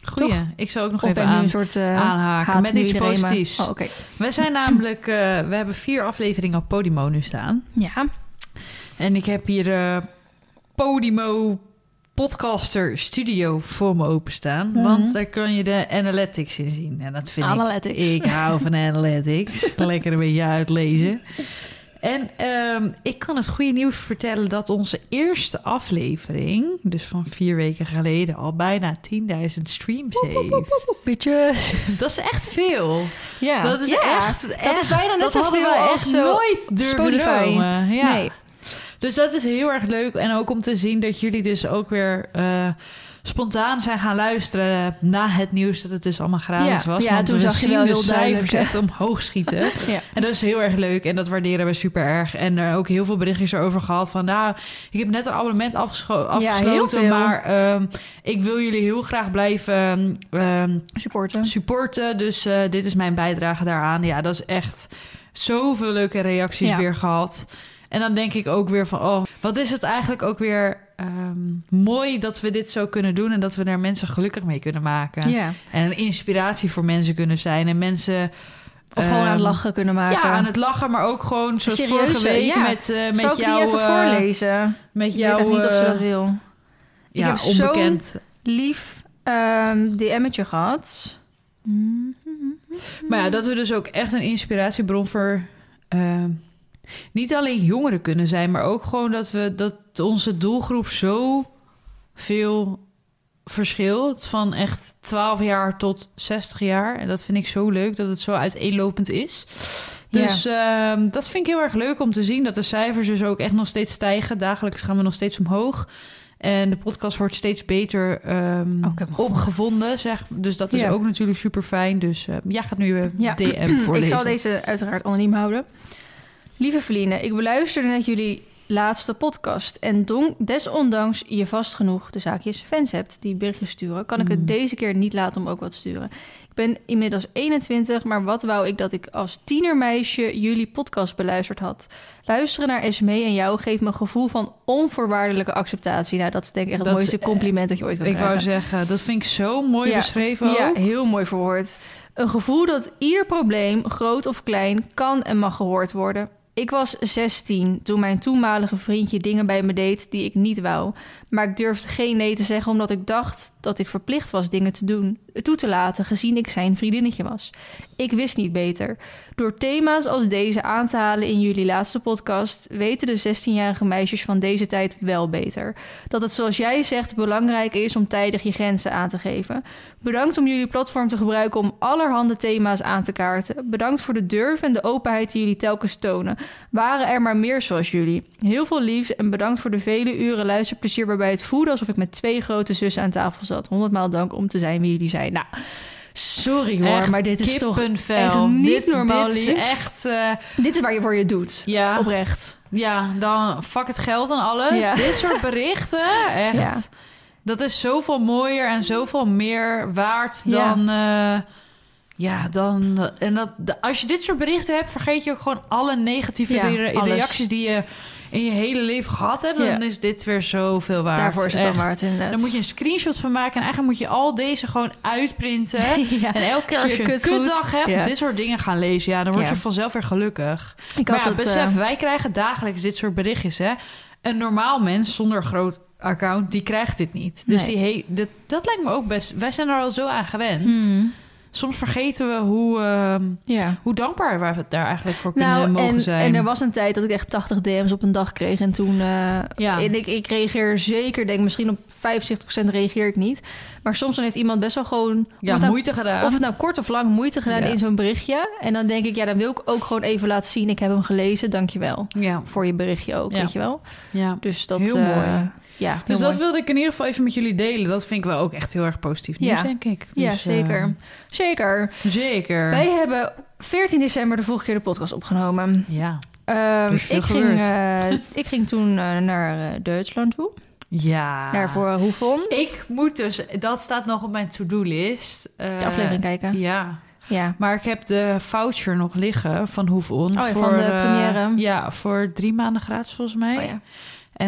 Goeie. Toch? Ik zal ook nog of even ben aan, nu een soort, uh, aanhaken met iets positiefs. Oh, okay. We zijn namelijk... Uh, we hebben vier afleveringen op Podimo nu staan. Ja. En ik heb hier uh, Podimo Podcaster Studio voor me openstaan. Mm-hmm. Want daar kun je de analytics in zien. En dat vind analytics. ik... Ik hou van analytics. Lekker een beetje uitlezen. En um, ik kan het goede nieuws vertellen dat onze eerste aflevering, dus van vier weken geleden, al bijna tienduizend streams heeft. Bitches. Dat is echt veel. Ja, dat is ja. echt, echt. Dat is bijna net zo veel als echt zo nooit durven Spotify. dromen. Ja. Nee. Dus dat is heel erg leuk. En ook om te zien dat jullie dus ook weer uh, spontaan zijn gaan luisteren na het nieuws dat het dus allemaal gratis ja. was. Ja, want toen we zag je wel heel duidelijk echt omhoog schieten. Ja. En dat is heel erg leuk en dat waarderen we super erg. En er uh, ook heel veel berichtjes erover gehad van, nou, ik heb net een abonnement afgescho- afgesloten, ja, maar um, ik wil jullie heel graag blijven um, supporten. supporten. Dus uh, dit is mijn bijdrage daaraan. Ja, dat is echt zoveel leuke reacties ja. weer gehad. En dan denk ik ook weer van, oh, wat is het eigenlijk ook weer um, mooi dat we dit zo kunnen doen en dat we daar mensen gelukkig mee kunnen maken. Ja. En een inspiratie voor mensen kunnen zijn en mensen... Of um, gewoon aan het lachen kunnen maken. Ja, aan het lachen, maar ook gewoon zoals Serieuze, vorige week ja. met, uh, met Zal ik jou... die even uh, voorlezen? Met ik jou... weet niet of ze uh, dat wil. Ja, ik heb onbekend. zo'n lief um, D M'tje gehad. Maar ja, dat we dus ook echt een inspiratiebron voor... Uh, niet alleen jongeren kunnen zijn, maar ook gewoon dat we dat onze doelgroep zo veel verschilt. Van echt twaalf jaar tot zestig jaar. En dat vind ik zo leuk dat het zo uiteenlopend is. Dus ja. uh, dat vind ik heel erg leuk om te zien. Dat de cijfers dus ook echt nog steeds stijgen. Dagelijks gaan we nog steeds omhoog. En de podcast wordt steeds beter um, okay, opgevonden. Zeg. Dus dat is ja. ook natuurlijk super fijn. Dus uh, jij gaat nu uh, ja. D M voorlezen. Ik zal deze uiteraard anoniem houden. Lieve Feline, ik beluisterde net jullie laatste podcast. En don- desondanks je vast genoeg de zaakjes fans hebt die berichtjes sturen, kan ik het mm. deze keer niet laten om ook wat te sturen. Ik ben inmiddels eenentwintig, maar wat wou ik dat ik als tienermeisje jullie podcast beluisterd had. Luisteren naar Esmee en jou geeft me een gevoel van onvoorwaardelijke acceptatie. Nou, dat is denk ik echt het dat mooiste compliment dat je ooit kan ik krijgen. Ik wou zeggen, dat vind ik zo mooi ja, beschreven ook. Ja, heel mooi verwoord. Een gevoel dat ieder probleem, groot of klein, kan en mag gehoord worden. Ik was zestien toen mijn toenmalige vriendje dingen bij me deed die ik niet wou. Maar ik durfde geen nee te zeggen omdat ik dacht dat ik verplicht was dingen te doen, toe te laten gezien ik zijn vriendinnetje was. Ik wist niet beter. Door thema's als deze aan te halen in jullie laatste podcast weten de zestienjarige meisjes van deze tijd wel beter. Dat het zoals jij zegt belangrijk is om tijdig je grenzen aan te geven. Bedankt om jullie platform te gebruiken om allerhande thema's aan te kaarten. Bedankt voor de durf en de openheid die jullie telkens tonen. Waren er maar meer zoals jullie. Heel veel liefs en bedankt voor de vele uren luisterplezier waarbij het voelde alsof ik met twee grote zussen aan tafel zat. Honderdmaal dank om te zijn wie jullie zijn. Nou, sorry hoor, echt, maar dit is toch echt niet dit, normaal dit lief. Is echt, uh, dit is waar je voor je doet. Ja. Oprecht. Ja, dan fuck het geld en alles. Ja. Dit soort berichten, echt. Ja. Dat is zoveel mooier en zoveel meer waard dan... Ja. Uh, Ja, dan... En dat, de, als je dit soort berichten hebt, vergeet je ook gewoon alle negatieve ja, re- reacties die je in je hele leven gehad hebt. Ja. Dan is dit weer zoveel waard. Daarvoor is het dan waard, inderdaad. Dan moet je een screenshot van maken en eigenlijk moet je al deze gewoon uitprinten. ja. En elke keer als je, je een kutdag hebt, ja. dit soort dingen gaan lezen. Ja, dan word je ja. vanzelf weer gelukkig. Ik maar ja, het, besef, uh... wij krijgen dagelijks dit soort berichtjes, hè. Een normaal mens zonder groot account, die krijgt dit niet. Dus nee. die he- dit, dat lijkt me ook best... Wij zijn er al zo aan gewend. Mm. Soms vergeten we hoe, uh, ja. hoe dankbaar we daar eigenlijk voor kunnen nou, mogen en, zijn. En er was een tijd dat ik echt tachtig D M's op een dag kreeg. En toen... Uh, ja. En ik, ik reageer zeker, denk misschien op vijfenzeventig procent reageer ik niet. Maar soms dan heeft iemand best wel gewoon... Ja, nou, moeite gedaan. Of het nou kort of lang moeite gedaan ja. in zo'n berichtje. En dan denk ik, ja, dan wil ik ook gewoon even laten zien... ik heb hem gelezen, dankjewel. Ja. Voor je berichtje ook, ja. weet je wel. Ja, dus dat, heel uh, mooi. Ja, dus dat mooi. wilde ik in ieder geval even met jullie delen. Dat vind ik wel ook echt heel erg positief nieuws, ja. denk ik. Dus, ja, zeker. Uh, zeker. Zeker. Wij hebben veertien december de vorige keer de podcast opgenomen. Ja, um, ik, ging, uh, ik ging toen uh, naar uh, Duitsland toe. Ja. Naar voor Hoevon. Ik moet dus... Dat staat nog op mijn to-do-list. Uh, de aflevering kijken. Ja. Ja. Maar ik heb de voucher nog liggen van Hoevon. Oh ja, voor, van de première. Uh, ja, voor drie maanden gratis volgens mij. Oh ja. En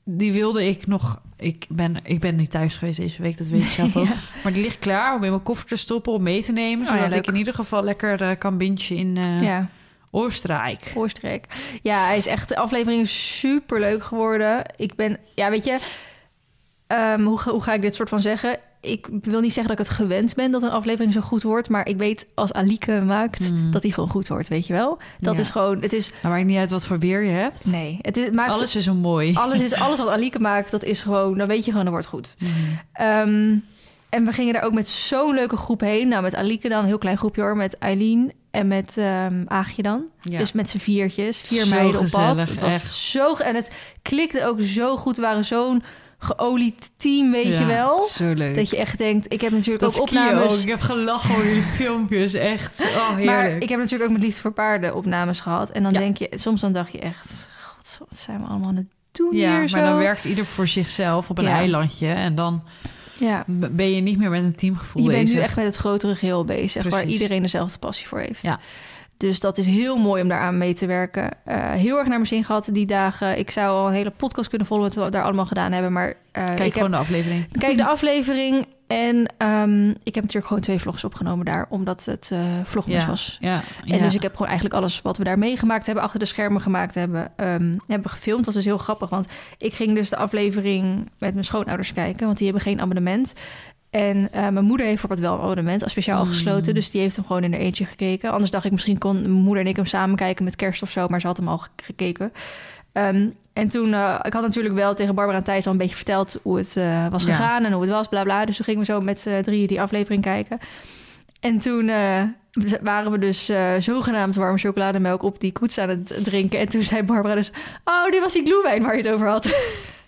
die wilde ik nog... Ik ben, ik ben niet thuis geweest deze week, dat weet je zelf ook. Ja. Maar die ligt klaar om in mijn koffer te stoppen, om mee te nemen. Zodat oh ja, ik in ieder geval lekker uh, kan bingen in uh, ja. Oostenrijk. Oostenrijk. Ja, hij is echt... De aflevering is super leuk geworden. Ik ben... Ja, weet je... Um, hoe, hoe ga ik dit soort van zeggen? Ik wil niet zeggen dat ik het gewend ben dat een aflevering zo goed wordt, maar ik weet als Alieke maakt mm. dat die gewoon goed wordt, weet je wel? Dat ja. is gewoon, het is. Nou, maakt niet uit wat voor weer je hebt. Nee, het is, maakt, alles is zo mooi. Alles is alles wat Alieke maakt, dat is gewoon, dan weet je gewoon, dat wordt goed. Mm. Um, en we gingen daar ook met zo'n leuke groep heen. Nou, met Alieke dan, een heel klein groepje hoor, met Eileen en met um, Aagje dan. Ja. Dus met z'n viertjes, vier zo meiden gezellig, op pad. Het was echt. Zo en het klikte ook zo goed. We waren zo'n geolied team, weet ja, je wel. Zo leuk. Dat je echt denkt, ik heb natuurlijk dat ook opnames. Ook. Ik heb gelachen over jullie filmpjes, echt. Oh, heerlijk. Maar ik heb natuurlijk ook met Liefde voor Paarden opnames gehad. En dan ja. denk je, soms dan dacht je echt, god, wat zijn we allemaal aan het doen ja, hier maar zo. dan werkt ieder voor zichzelf op een ja. eilandje. En dan ja. ben je niet meer met een teamgevoel bezig. Je bent bezig. nu echt met het grotere geheel bezig, Precies. waar iedereen dezelfde passie voor heeft. Ja. Dus dat is heel mooi om daaraan mee te werken. Uh, heel erg naar mijn zin gehad die dagen. Ik zou al een hele podcast kunnen volgen wat we daar allemaal gedaan hebben. Maar uh, kijk ik gewoon heb, de aflevering. Kijk de aflevering. En um, ik heb natuurlijk gewoon twee vlogs opgenomen daar, omdat het uh, vlogmas ja, was. Ja, en ja. dus ik heb gewoon eigenlijk alles wat we daar meegemaakt hebben, achter de schermen gemaakt hebben, um, hebben gefilmd. Dat was dus heel grappig, want ik ging dus de aflevering met mijn schoonouders kijken, want die hebben geen abonnement. En uh, mijn moeder heeft bijvoorbeeld wel een abonnement, al speciaal mm. afgesloten. Dus die heeft hem gewoon in haar eentje gekeken. Anders dacht ik, misschien kon mijn moeder en ik hem samen kijken met kerst of zo. Maar ze had hem al gekeken. Um, en toen, uh, ik had natuurlijk wel tegen Barbara en Thijs al een beetje verteld hoe het uh, was gegaan ja. en hoe het was, bla bla. Dus toen gingen we zo met z'n drieën die aflevering kijken. En toen uh, waren we dus uh, zogenaamd warme chocolademelk op die koets aan het drinken. En toen zei Barbara dus, oh, dit was die glühwein waar je het over had.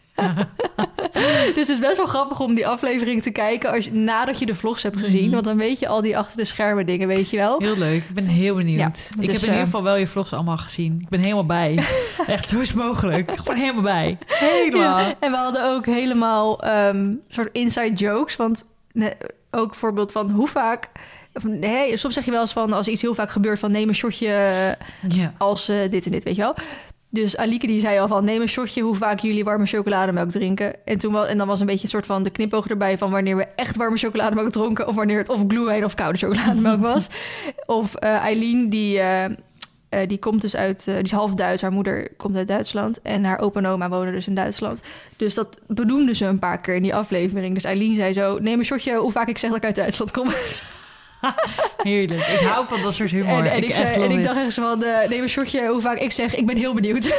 Dus het is best wel grappig om die aflevering te kijken als je, nadat je de vlogs hebt gezien. Mm-hmm. Want dan weet je al die achter de schermen dingen, weet je wel. Heel leuk. Ik ben heel benieuwd. Ja, ik dus, heb in ieder geval wel je vlogs allemaal gezien. Ik ben helemaal bij. Echt, zo is het mogelijk. Gewoon helemaal bij. Helemaal. Ja, en we hadden ook helemaal um, soort inside jokes. Want ne, ook voorbeeld van hoe vaak... Hey, soms zeg je wel eens van, als iets heel vaak gebeurt, van neem een shotje ja. als uh, dit en dit, weet je wel. Dus Alieke die zei al van, neem een shotje hoe vaak jullie warme chocolademelk drinken. En, toen, en dan was een beetje een soort van de knipoog erbij van wanneer we echt warme chocolademelk dronken. Of wanneer het of glühwein of koude chocolademelk was. Of uh, Eileen, die, uh, uh, die komt dus uit, uh, die is half Duits. Haar moeder komt uit Duitsland. En haar opa en oma wonen dus in Duitsland. Dus dat benoemde ze een paar keer in die aflevering. Dus Eileen zei zo, neem een shotje hoe vaak ik zeg dat ik uit Duitsland kom. Heerlijk. Ik hou van dat soort humor. En, en, ik, ik, zei, en ik dacht echt van, uh, neem een shotje hoe vaak ik zeg, ik ben heel benieuwd.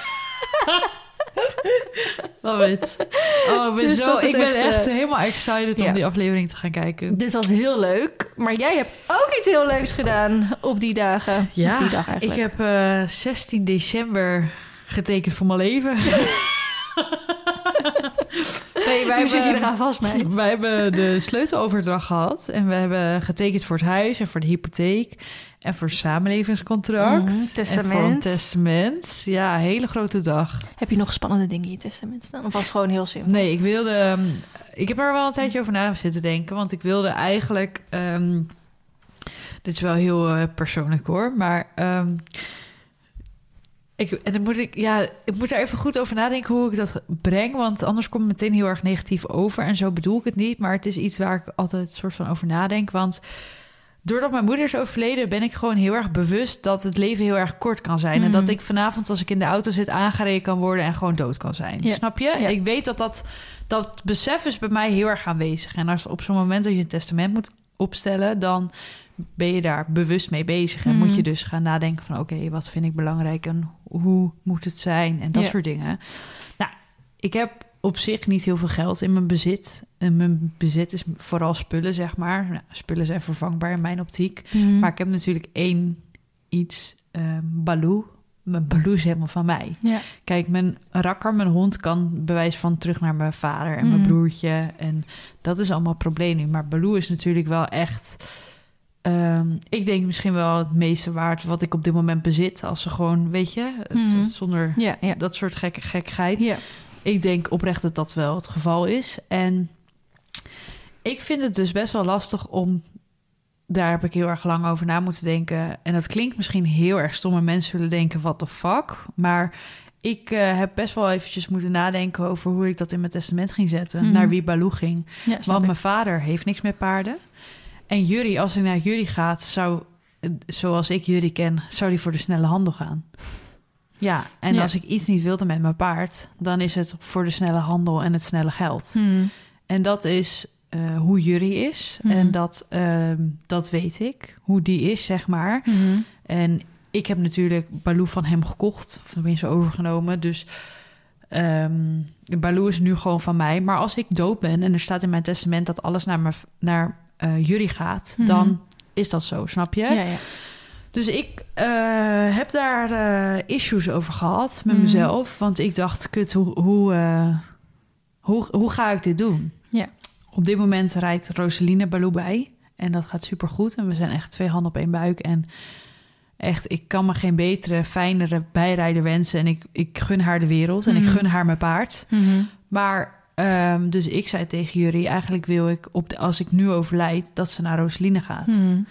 Love it. Oh, ik ben, dus zo, ik ben echt, echt uh, helemaal excited ja. om die aflevering te gaan kijken. Dit was heel leuk. Maar jij hebt ook iets heel leuks gedaan op die dagen. Ja, die dag eigenlijk. Ik heb uh, zestien december getekend voor mijn leven. Nee, wij Hoe zit je eraan vast, meid? Wij hebben de sleuteloverdracht gehad. En we hebben getekend voor het huis en voor de hypotheek. En voor het samenlevingscontract. Mm, testament. En voor een testament. Ja, een hele grote dag. Heb je nog spannende dingen in je testament staan? Of was het gewoon heel simpel? Nee, ik wilde... Um, ik heb er wel een tijdje over na zitten denken. Want ik wilde eigenlijk... Um, dit is wel heel uh, persoonlijk hoor. Maar... Um, Ik, en dan moet ik, ja, ik moet er even goed over nadenken hoe ik dat breng. Want anders komt het meteen heel erg negatief over. En zo bedoel ik het niet. Maar het is iets waar ik altijd soort van over nadenk. Want doordat mijn moeder is overleden, ben ik gewoon heel erg bewust dat het leven heel erg kort kan zijn. Mm. En dat ik vanavond, als ik in de auto zit, aangereden kan worden en gewoon dood kan zijn. Ja. Snap je? Ja. Ik weet dat, dat dat besef is bij mij heel erg aanwezig. En als op zo'n moment dat je een testament moet opstellen, dan ben je daar bewust mee bezig. En mm. moet je dus gaan nadenken van oké, okay, wat vind ik belangrijk en hoe moet het zijn en dat ja. soort dingen. Nou, ik heb op zich niet heel veel geld in mijn bezit. En mijn bezit is vooral spullen, zeg maar. Nou, spullen zijn vervangbaar in mijn optiek. Mm. Maar ik heb natuurlijk één iets, uh, Baloo. Mijn Baloo is helemaal van mij. Ja. Kijk, mijn rakker, mijn hond, kan bewijs van terug naar mijn vader en mm. mijn broertje. En dat is allemaal probleem nu. Maar Baloo is natuurlijk wel echt... Um, ik denk misschien wel het meeste waard wat ik op dit moment bezit. Als ze gewoon, weet je, het, mm-hmm. zonder ja, ja. dat soort gekke gekkigheid. Ja. Ik denk oprecht dat dat wel het geval is. En ik vind het dus best wel lastig om... Daar heb ik heel erg lang over na moeten denken. En dat klinkt misschien heel erg stom. En mensen zullen denken, what the fuck? Maar ik uh, heb best wel eventjes moeten nadenken over hoe ik dat in mijn testament ging zetten. Mm-hmm. Naar wie Baloo ging. Ja, Want ik. mijn vader heeft niks met paarden. En Jurri, als hij naar Jurri gaat, zou, zoals ik Jurri ken, zou hij voor de snelle handel gaan. Ja, en ja. als ik iets niet wilde met mijn paard, dan is het voor de snelle handel en het snelle geld. Mm. En dat is uh, hoe Jurri is. Mm. En dat, uh, dat weet ik, hoe die is, zeg maar. Mm. En ik heb natuurlijk Baloo van hem gekocht, of tenminste overgenomen. Dus um, Baloo is nu gewoon van mij. Maar als ik dood ben en er staat in mijn testament dat alles naar, me, naar uh, Jurri gaat, mm. dan is dat zo, snap je? Ja, ja. Dus ik uh, heb daar uh, issues over gehad met mm. mezelf. Want ik dacht, kut, hoe, hoe, uh, hoe, hoe ga ik dit doen? Ja. Op dit moment rijdt Roseline Baloo bij. En dat gaat supergoed. En we zijn echt twee handen op één buik. En echt, ik kan me geen betere, fijnere bijrijder wensen. En ik, ik gun haar de wereld. En mm. ik gun haar mijn paard. Mm-hmm. Maar, um, dus ik zei tegen Jurri, eigenlijk wil ik, op de, als ik nu overlijd, dat ze naar Roseline gaat. Mm.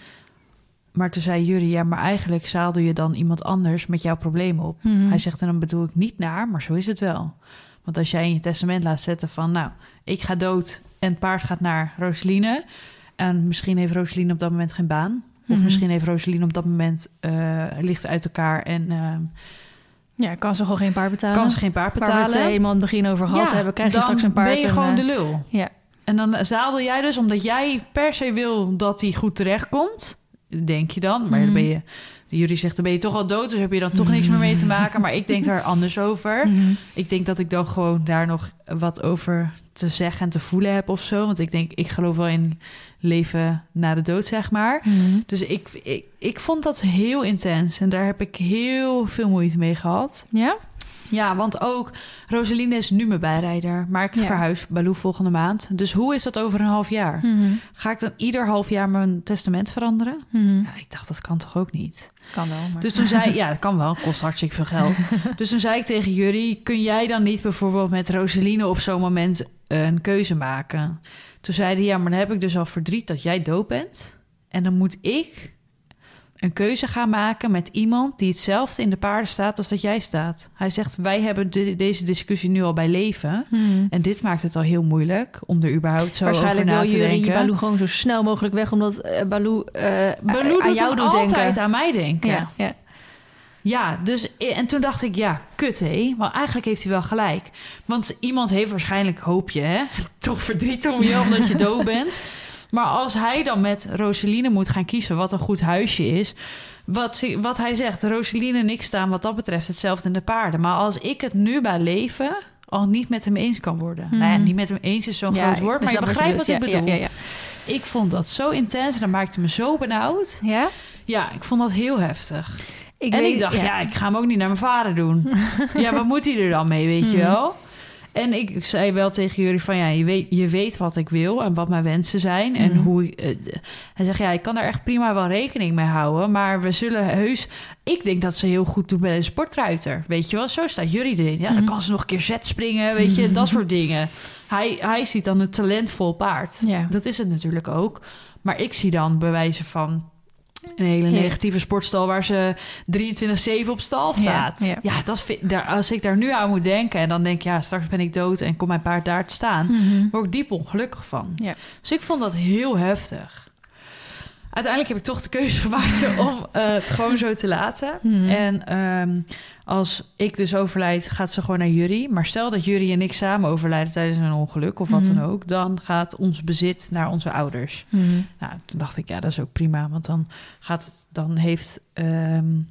Maar toen zei Jurri, ja, maar eigenlijk zadel je dan iemand anders met jouw probleem op. Mm-hmm. Hij zegt, en dan bedoel ik niet naar, maar zo is het wel. Want als jij in je testament laat zetten van, nou, ik ga dood en het paard gaat naar Roseline. En misschien heeft Roseline op dat moment geen baan. Mm-hmm. Of misschien heeft Roseline op dat moment uh, ligt uit elkaar en uh, ja, kan ze gewoon geen paard betalen. Kan ze geen paard betalen. Waar we het helemaal in het begin over gehad ja, hebben, krijg je straks een paard. Dan ben je en, gewoon uh, de lul. Ja. En dan zadel jij dus, omdat jij per se wil dat hij goed terechtkomt, denk je dan. Maar mm. dan ben je, Jurri zegt, dan ben je toch al dood, dus heb je dan toch niks meer mee te maken. Maar ik denk daar anders over. Mm. Ik denk dat ik dan gewoon daar nog wat over te zeggen en te voelen heb of zo. Want ik denk, ik geloof wel in leven na de dood, zeg maar. Mm. Dus ik, ik, ik vond dat heel intens. En daar heb ik heel veel moeite mee gehad. Ja? Ja, want ook Roseline is nu mijn bijrijder. Maar ik ja. verhuis Baloo volgende maand. Dus hoe is dat over een half jaar? Mm-hmm. Ga ik dan ieder half jaar mijn testament veranderen? Mm-hmm. Ja, ik dacht, dat kan toch ook niet? Kan wel. Maar... Dus toen zei ja, dat kan wel. Kost hartstikke veel geld. Dus toen zei ik tegen Jurri, kun jij dan niet bijvoorbeeld met Roseline op zo'n moment een keuze maken? Toen zei hij, ja, maar dan heb ik dus al verdriet dat jij dood bent. En dan moet ik een keuze gaan maken met iemand die hetzelfde in de paarden staat als dat jij staat. Hij zegt, wij hebben de, deze discussie nu al bij leven. Hmm. En dit maakt het al heel moeilijk om er überhaupt zo over na te denken. Waarschijnlijk wil Jurri Baloo gewoon zo snel mogelijk weg, omdat uh, Baloo, uh, Baloo aan jou doet altijd denken. aan mij denken. Ja, ja. Ja, dus en toen dacht ik, ja, kut hé. Maar eigenlijk heeft hij wel gelijk. Want iemand heeft waarschijnlijk, hoop je, hè, toch verdriet om je omdat je dood bent. Maar als hij dan met Roseline moet gaan kiezen wat een goed huisje is, wat, wat hij zegt, Roseline en ik staan wat dat betreft hetzelfde in de paarden. Maar als ik het nu bij leven al niet met hem eens kan worden. Hmm. Nou ja, niet met hem eens is zo'n ja, groot woord, maar je begrijpt wat, wat ik bedoel. Ja, ja, ja. Ik vond dat zo intens en dat maakte me zo benauwd. Ja? Ja, ik vond dat heel heftig. Ik en weet, ik dacht, ja. ja, ik ga hem ook niet naar mijn vader doen. Ja, wat moet hij er dan mee, weet mm. je wel? En ik, ik zei wel tegen jullie van, ja, je weet, je weet wat ik wil en wat mijn wensen zijn. Mm. En hoe, uh, hij zegt, ja, ik kan daar echt prima wel rekening mee houden. Maar we zullen heus, ik denk dat ze heel goed doen bij een sportruiter. Weet je wel, zo staat jullie erin. Ja, dan kan ze nog een keer zet springen, weet je, dat soort dingen. Hij, hij ziet dan een talentvol paard. Ja. Dat is het natuurlijk ook. Maar ik zie dan bewijzen van een hele negatieve ja. sportstal waar ze drieëntwintig zeven op stal staat. Ja, ja. ja dat vind, daar, als ik daar nu aan moet denken en dan denk ik, ja, straks ben ik dood en komt mijn paard daar te staan, mm-hmm. word ik diep ongelukkig van. Ja. Dus ik vond dat heel heftig. Uiteindelijk heb ik toch de keuze gemaakt om uh, het gewoon zo te laten. Mm-hmm. En um, als ik dus overlijd, gaat ze gewoon naar Jurri. Maar stel dat Jurri en ik samen overlijden tijdens een ongeluk of wat mm-hmm. dan ook, dan gaat ons bezit naar onze ouders. Mm-hmm. Nou, toen dacht ik, ja, dat is ook prima, want dan gaat het, dan heeft um,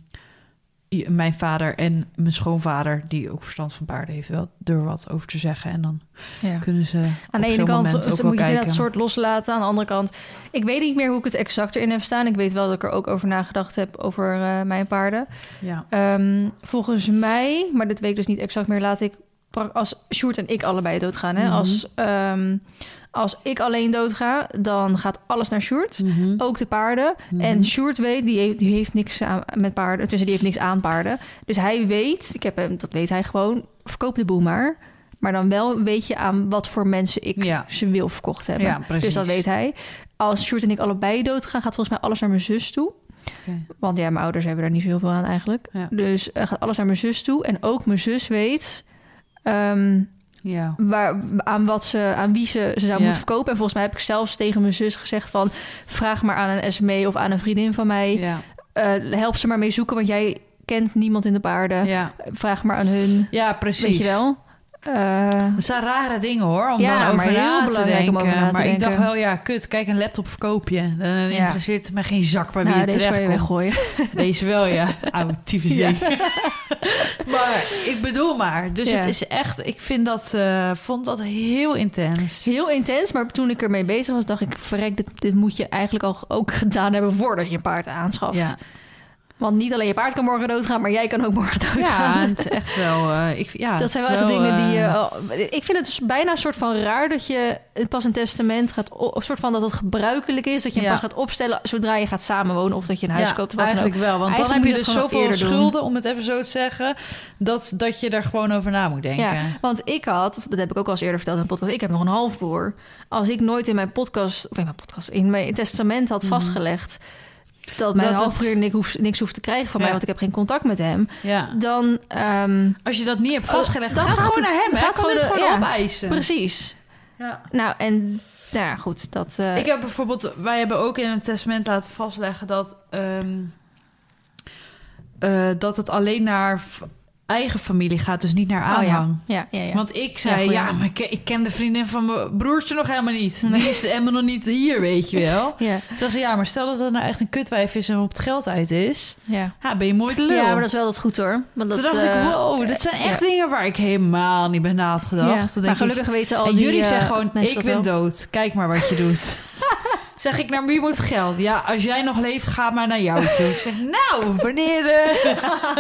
mijn vader en mijn schoonvader, die ook verstand van paarden heeft, wel er wat over te zeggen. En dan ja. kunnen ze aan de ene kant moet je inderdaad dat soort loslaten. Aan de andere kant, ik weet niet meer hoe ik het exact erin heb staan. Ik weet wel dat ik er ook over nagedacht heb over uh, mijn paarden. Ja. Um, volgens mij, maar dit weet ik dus niet exact meer, laat ik als Sjoerd en ik allebei doodgaan. Hè? Mm-hmm. Als, um, als ik alleen doodga, dan gaat alles naar Sjoerd. Mm-hmm. Ook de paarden. Mm-hmm. En Sjoerd weet, die heeft, die heeft niks aan, met paarden. Tussen die heeft niks aan paarden. Dus hij weet, ik heb hem, dat weet hij gewoon, verkoop de boel maar. Maar dan wel weet je aan wat voor mensen ik ja. ze wil verkocht hebben. Ja, dus dat weet hij. Als Sjoerd en ik allebei doodgaan, gaat volgens mij alles naar mijn zus toe. Okay. Want ja, mijn ouders hebben daar niet zo heel veel aan eigenlijk. Ja. Dus uh, gaat alles naar mijn zus toe. En ook mijn zus weet um, ja. waar, aan, wat ze, aan wie ze, ze zou ja. moeten verkopen. En volgens mij heb ik zelfs tegen mijn zus gezegd van... vraag maar aan een S M E of aan een vriendin van mij. Ja. Uh, help ze maar mee zoeken, want jij kent niemand in de paarden. Ja. Vraag maar aan hun. Ja, precies. Weet je wel? Uh, dat zijn rare dingen hoor, om ja, dan over maar na heel te denken. om over na te maar denken. ik dacht wel, ja, kut, kijk, een laptop verkoop je. Dan ja. interesseert me geen zak bij wie nou, je deze terecht kan je komt. weggooien. Deze wel, ja. Oude tyfus ding. Ja. Maar ik bedoel maar. Dus ja. het is echt, ik vind dat, uh, vond dat heel intens. Heel intens, maar toen ik ermee bezig was, dacht ik, verrek, dit, dit moet je eigenlijk al ook gedaan hebben voordat je een paard aanschaft. Ja. Want niet alleen je paard kan morgen doodgaan, maar jij kan ook morgen doodgaan. Ja, het is echt wel... Uh, ik, ja, dat zijn wel, wel de dingen uh... die je... Uh, ik vind het dus bijna een soort van raar dat je pas een testament gaat... Een soort van dat het gebruikelijk is, dat je hem ja. pas gaat opstellen zodra je gaat samenwonen of dat je een huis ja, koopt. Of eigenlijk wat dan wel, want eigenlijk dan heb je dus zoveel schulden, doen. om het even zo te zeggen, dat, dat je daar gewoon over na moet denken. Ja, want ik had, dat heb ik ook al eens eerder verteld in een podcast, ik heb nog een halfbroer. Als ik nooit in mijn podcast, of in mijn podcast, in mijn testament had mm-hmm. vastgelegd... dat mijn halfbroer niks hoeft, niks hoeft te krijgen van ja. mij... want ik heb geen contact met hem... Ja. dan... Um, als je dat niet hebt vastgelegd, dan ga gaat gewoon het, naar hem. Hij kan dit gewoon ja, opeisen. Precies. Ja. Nou, en... Nou ja, goed, dat... Uh, ik heb bijvoorbeeld... Wij hebben ook in een testament laten vastleggen... dat, um, uh, dat het alleen naar... eigen familie gaat, dus niet naar aanhang. Oh, ja. Ja, ja, ja. Want ik zei, ja, ja maar ik, ik ken de vriendin van mijn broertje nog helemaal niet. Nee. Die is helemaal nog niet hier, weet je wel. Ja. Toen dacht ze, ja, maar stel dat het nou echt een kutwijf is en op het geld uit is. Ja. Ja, ben je mooi de lul. Ja, maar dat is wel dat goed hoor. Want dat, Toen dacht uh, ik, wow, dit zijn echt ja. dingen waar ik helemaal niet bij na had gedacht. Ja. Maar gelukkig ik, weten al en die jullie uh, zeggen gewoon, ik ben wel. dood. Kijk maar wat je doet. Zeg ik, naar wie moet geld? Ja, als jij nog leeft, ga maar naar jou toe. Ik zeg, nou, wanneer... Uh...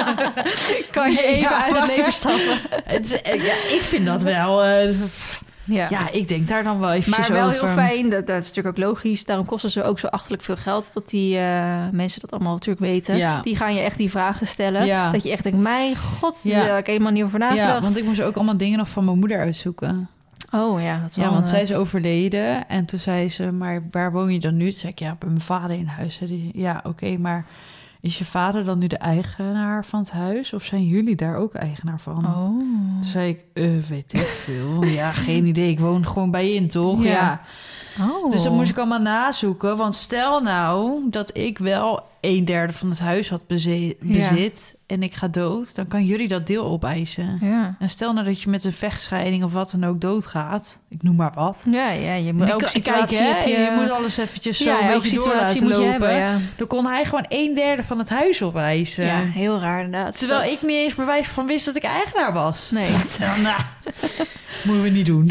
kan je even ja, uit het leven stappen? Het, ja, ik vind dat wel... Uh, ja. ja, ik denk daar dan wel eventjes over. Maar wel over. heel fijn, dat, dat is natuurlijk ook logisch. Daarom kosten ze ook zo achterlijk veel geld... dat die uh, mensen dat allemaal natuurlijk weten. Ja. Die gaan je echt die vragen stellen. Ja. Dat je echt denkt, mijn god, ja. daar heb ik helemaal niet over nagedacht. Ja, want ik moest ook allemaal dingen nog van mijn moeder uitzoeken. Oh ja, dat is ja, want zij is overleden. En toen zei ze, maar waar woon je dan nu? Toen zei ik, ja, bij mijn vader in huis. Die, ja, oké, okay, maar is je vader dan nu de eigenaar van het huis? Of zijn jullie daar ook eigenaar van? Oh. Toen zei ik, uh, weet ik veel. Ja, geen idee. Ik woon gewoon bij in, toch? Ja. ja. Oh. Dus dat moest ik allemaal nazoeken. Want stel nou dat ik wel een derde van het huis had bezit... bezit ja. en ik ga dood, dan kan jullie dat deel opeisen. Ja. En stel nou dat je met een vechtscheiding of wat dan ook doodgaat. Ik noem maar wat. Ja, ja je moet ook situatie kijken, je... je moet alles eventjes zo ja, een beetje door laten lopen. Hebben, ja. Dan kon hij gewoon een derde van het huis opeisen. Ja, heel raar inderdaad. Terwijl dat... ik niet eens bewijs van wist dat ik eigenaar was. Nee. Dan, nou, moeten we niet doen.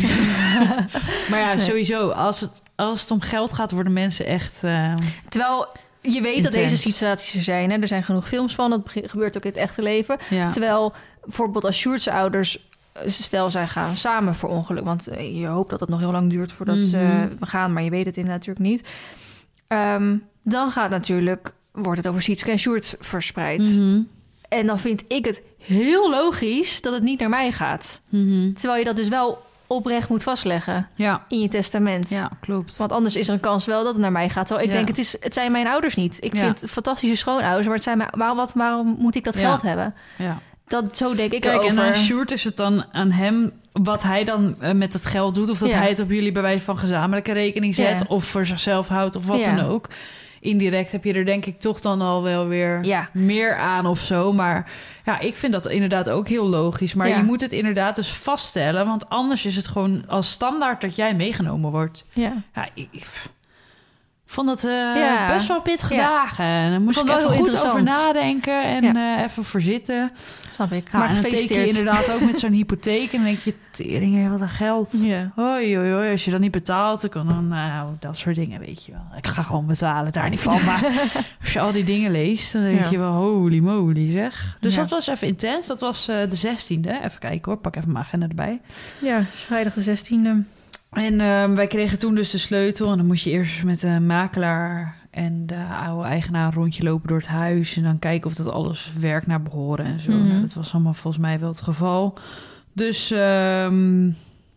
Maar ja, nee. sowieso, als het, als het om geld gaat, worden mensen echt... Uh, Terwijl... Je weet Intens. dat deze situaties er zijn. Hè? Er zijn genoeg films van. Dat gebeurt ook in het echte leven. Ja. Terwijl bijvoorbeeld als Sjoerd's ouders... Stel, zij gaan samen voor ongeluk. Want je hoopt dat het nog heel lang duurt voordat mm-hmm. ze gaan. Maar je weet het inderdaad natuurlijk niet. Um, dan gaat natuurlijk... Wordt het over Sietske en Sjoerd verspreid. Mm-hmm. En dan vind ik het heel logisch dat het niet naar mij gaat. Mm-hmm. Terwijl je dat dus wel... oprecht moet vastleggen ja. in je testament. Ja, klopt. Want anders is er een kans wel dat het naar mij gaat. Terwijl ik ja. denk, het, is, het zijn mijn ouders niet. Ik ja. vind fantastische schoonouders, maar het zijn mijn, waarom, wat, waarom moet ik dat ja. geld hebben? Ja. Dat, zo denk ik Kijk, erover. en aan Sjoerd is het dan aan hem... wat hij dan uh, met het geld doet... of dat ja. hij het op jullie bij wijze van gezamenlijke rekening zet... Ja. of voor zichzelf houdt of wat ja. dan ook... Indirect heb je er denk ik toch dan al wel weer ja. meer aan of zo. Maar ja, ik vind dat inderdaad ook heel logisch. Maar ja. je moet het inderdaad dus vaststellen. Want anders is het gewoon als standaard dat jij meegenomen wordt. Ja, ja ik, ik vond dat uh, ja. best wel pittige ja. dagen. En dan moest ik, ik even goed over nadenken en ja. uh, even voor zitten. Snap ik. Ja, maar en dan teken je inderdaad ook met zo'n hypotheek. En dan denk je, tering, wat een geld. Ja. Hoi, hoi, hoi. Als je dat niet betaalt, dan kan dan... Nou, dat soort dingen, weet je wel. Ik ga gewoon betalen, daar niet van. Maar als je al die dingen leest, dan denk ja. je wel, holy moly, zeg. Dus ja. dat was even intens. Dat was uh, de zestiende. Even kijken hoor, pak even mijn agenda erbij. Ja, het is vrijdag de zestiende. En uh, wij kregen toen dus de sleutel. En dan moest je eerst met de makelaar... en de oude eigenaar een rondje lopen door het huis... en dan kijken of dat alles werkt naar behoren en zo. Mm-hmm. Nou, dat was allemaal volgens mij wel het geval. Dus um,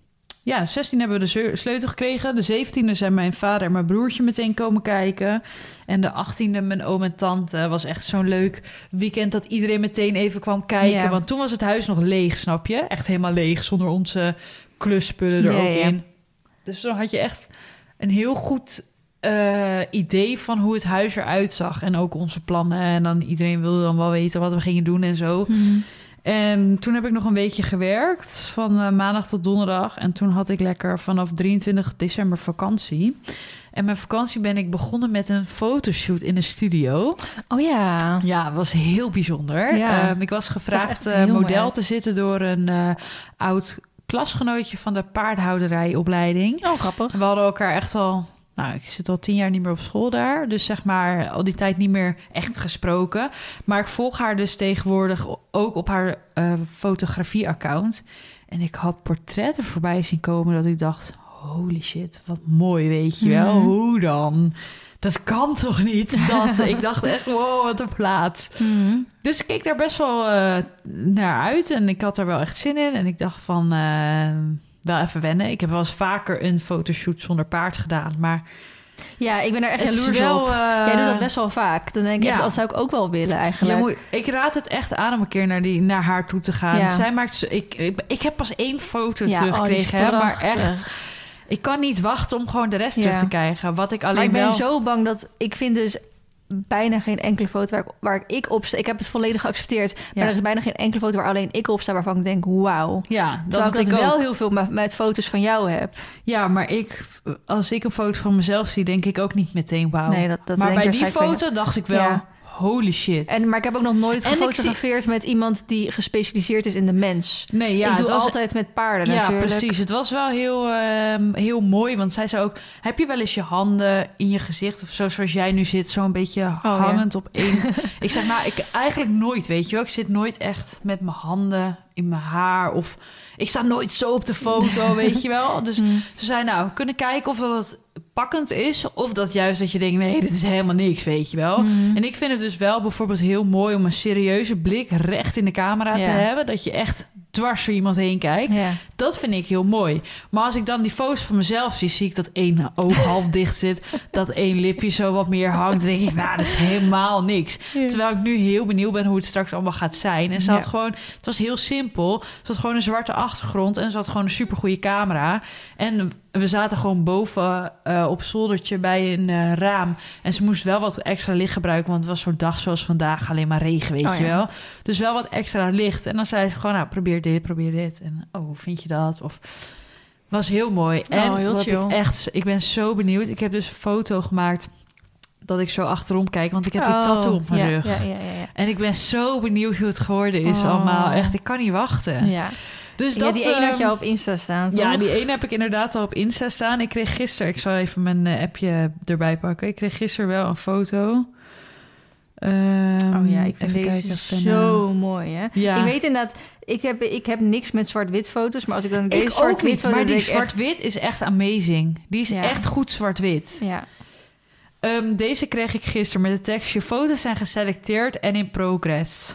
ja, de zestien hebben we de sleutel gekregen. De zeventiende zijn mijn vader en mijn broertje meteen komen kijken. En de achttiende mijn oom en tante. Was echt zo'n leuk weekend dat iedereen meteen even kwam kijken. Ja. Want toen was het huis nog leeg, snap je? Echt helemaal leeg, zonder onze klusspullen er ja, ook ja. in. Dus dan had je echt een heel goed uh, idee van hoe het huis eruit zag. En ook onze plannen. En dan iedereen wilde dan wel weten wat we gingen doen en zo. Mm-hmm. En toen heb ik nog een weekje gewerkt, van uh, maandag tot donderdag. En toen had ik lekker vanaf drieëntwintig december vakantie. En mijn vakantie ben ik begonnen met een fotoshoot in de studio. Oh ja. Ja, het was heel bijzonder. Ja. Um, ik was gevraagd uh, model mooi. te zitten door een uh, oud klasgenootje van de paardhouderijopleiding. Oh, grappig. En we hadden elkaar echt al... Nou, ik zit al tien jaar niet meer op school daar. Dus zeg maar al die tijd niet meer echt gesproken. Maar ik volg haar dus tegenwoordig ook op haar uh, fotografie-account. En ik had portretten voorbij zien komen dat ik dacht... holy shit, wat mooi, weet je wel. Mm. Hoe dan? Dat kan toch niet? Dat, ik dacht echt, wow, wat een plaat. Mm. Dus ik keek daar best wel uh, naar uit. En ik had er wel echt zin in. En ik dacht van... Uh, wel even wennen. Ik heb wel eens vaker een fotoshoot zonder paard gedaan, maar... Ja, ik ben er echt jaloers op. Uh... Jij doet dat best wel vaak. Dan denk ik, ja. echt, dat zou ik ook wel willen eigenlijk. Ja, moet, ik raad het echt aan om een keer naar, die, naar haar toe te gaan. Ja. Zij maakt... Ik, ik, ik heb pas één foto ja, teruggekregen, oh, hè, maar echt... Ik kan niet wachten om gewoon de rest ja. terug te krijgen. Wat ik alleen maar ik ben wel... zo bang dat... Ik vind dus... bijna geen enkele foto waar ik, waar ik op sta. Ik heb het volledig geaccepteerd. Maar ja. er is bijna geen enkele foto waar alleen ik op sta... waarvan ik denk, wauw. Ja, dat Terwijl ik dat ik wel ook. heel veel met, met foto's van jou heb. Ja, maar ik, als ik een foto van mezelf zie... denk ik ook niet meteen wauw. Nee, dat, dat maar denk bij die foto bij... dacht ik wel... Ja. Holy shit. En, maar ik heb ook nog nooit en gefotografeerd zie... met iemand die gespecialiseerd is in de mens. Nee, ja, ik doe het was... altijd met paarden ja, natuurlijk. Ja, precies. Het was wel heel, uh, heel mooi. Want zij zei ook... Heb je wel eens je handen in je gezicht... of zo zoals jij nu zit... zo een beetje oh, hangend ja. op één... Ik zeg, nou, ik eigenlijk nooit, weet je wel. Ik zit nooit echt met mijn handen in mijn haar... of ik sta nooit zo op de foto, weet je wel. Dus mm. ze zei, nou, we kunnen kijken of dat het pakkend is... of dat juist dat je denkt, nee, dit is helemaal niks, weet je wel. Mm. En ik vind het dus wel bijvoorbeeld heel mooi... om een serieuze blik recht in de camera ja. te hebben... dat je echt dwars door iemand heen kijkt. Ja. Dat vind ik heel mooi. Maar als ik dan die foto's van mezelf zie... zie ik dat één oog half dicht zit... dat één lipje zo wat meer hangt... dan denk ik, nou, dat is helemaal niks. Ja. Terwijl ik nu heel benieuwd ben hoe het straks allemaal gaat zijn. En ze had ja. gewoon... Het was heel simpel. Ze had gewoon een zwarte achtergrond... en ze had gewoon een supergoeie camera. En we zaten gewoon boven uh, op zoldertje bij een uh, raam. En ze moest wel wat extra licht gebruiken... want het was zo'n dag zoals vandaag alleen maar regen, weet oh, je ja. wel. Dus wel wat extra licht. En dan zei ze gewoon, nou, probeer dit, probeer dit. En oh, hoe vind je dat? Of was heel mooi. Oh, en heel wat chill. ik echt, ik ben zo benieuwd. Ik heb dus een foto gemaakt dat ik zo achterom kijk, want ik heb die oh, tattoo op mijn ja, rug. Ja, ja, ja, ja. En ik ben zo benieuwd hoe het geworden is oh. allemaal. Echt, ik kan niet wachten. Ja. Dus ja, dat, die ene had je al op Insta staan, toch? Ja, die ene heb ik inderdaad al op Insta staan. Ik kreeg gisteren, ik zal even mijn uh, appje erbij pakken. Ik kreeg gisteren wel een foto. Um, oh ja, ik vind deze kijken, zo uh, mooi, hè? Ja. Ik weet inderdaad, ik heb, ik heb niks met zwart-wit foto's, maar als ik dan deze zwart-wit foto... Maar die zwart-wit echt... is echt amazing. Die is ja. echt goed zwart-wit. Ja. Um, deze kreeg ik gisteren met de tekst... Je foto's zijn geselecteerd en in progress.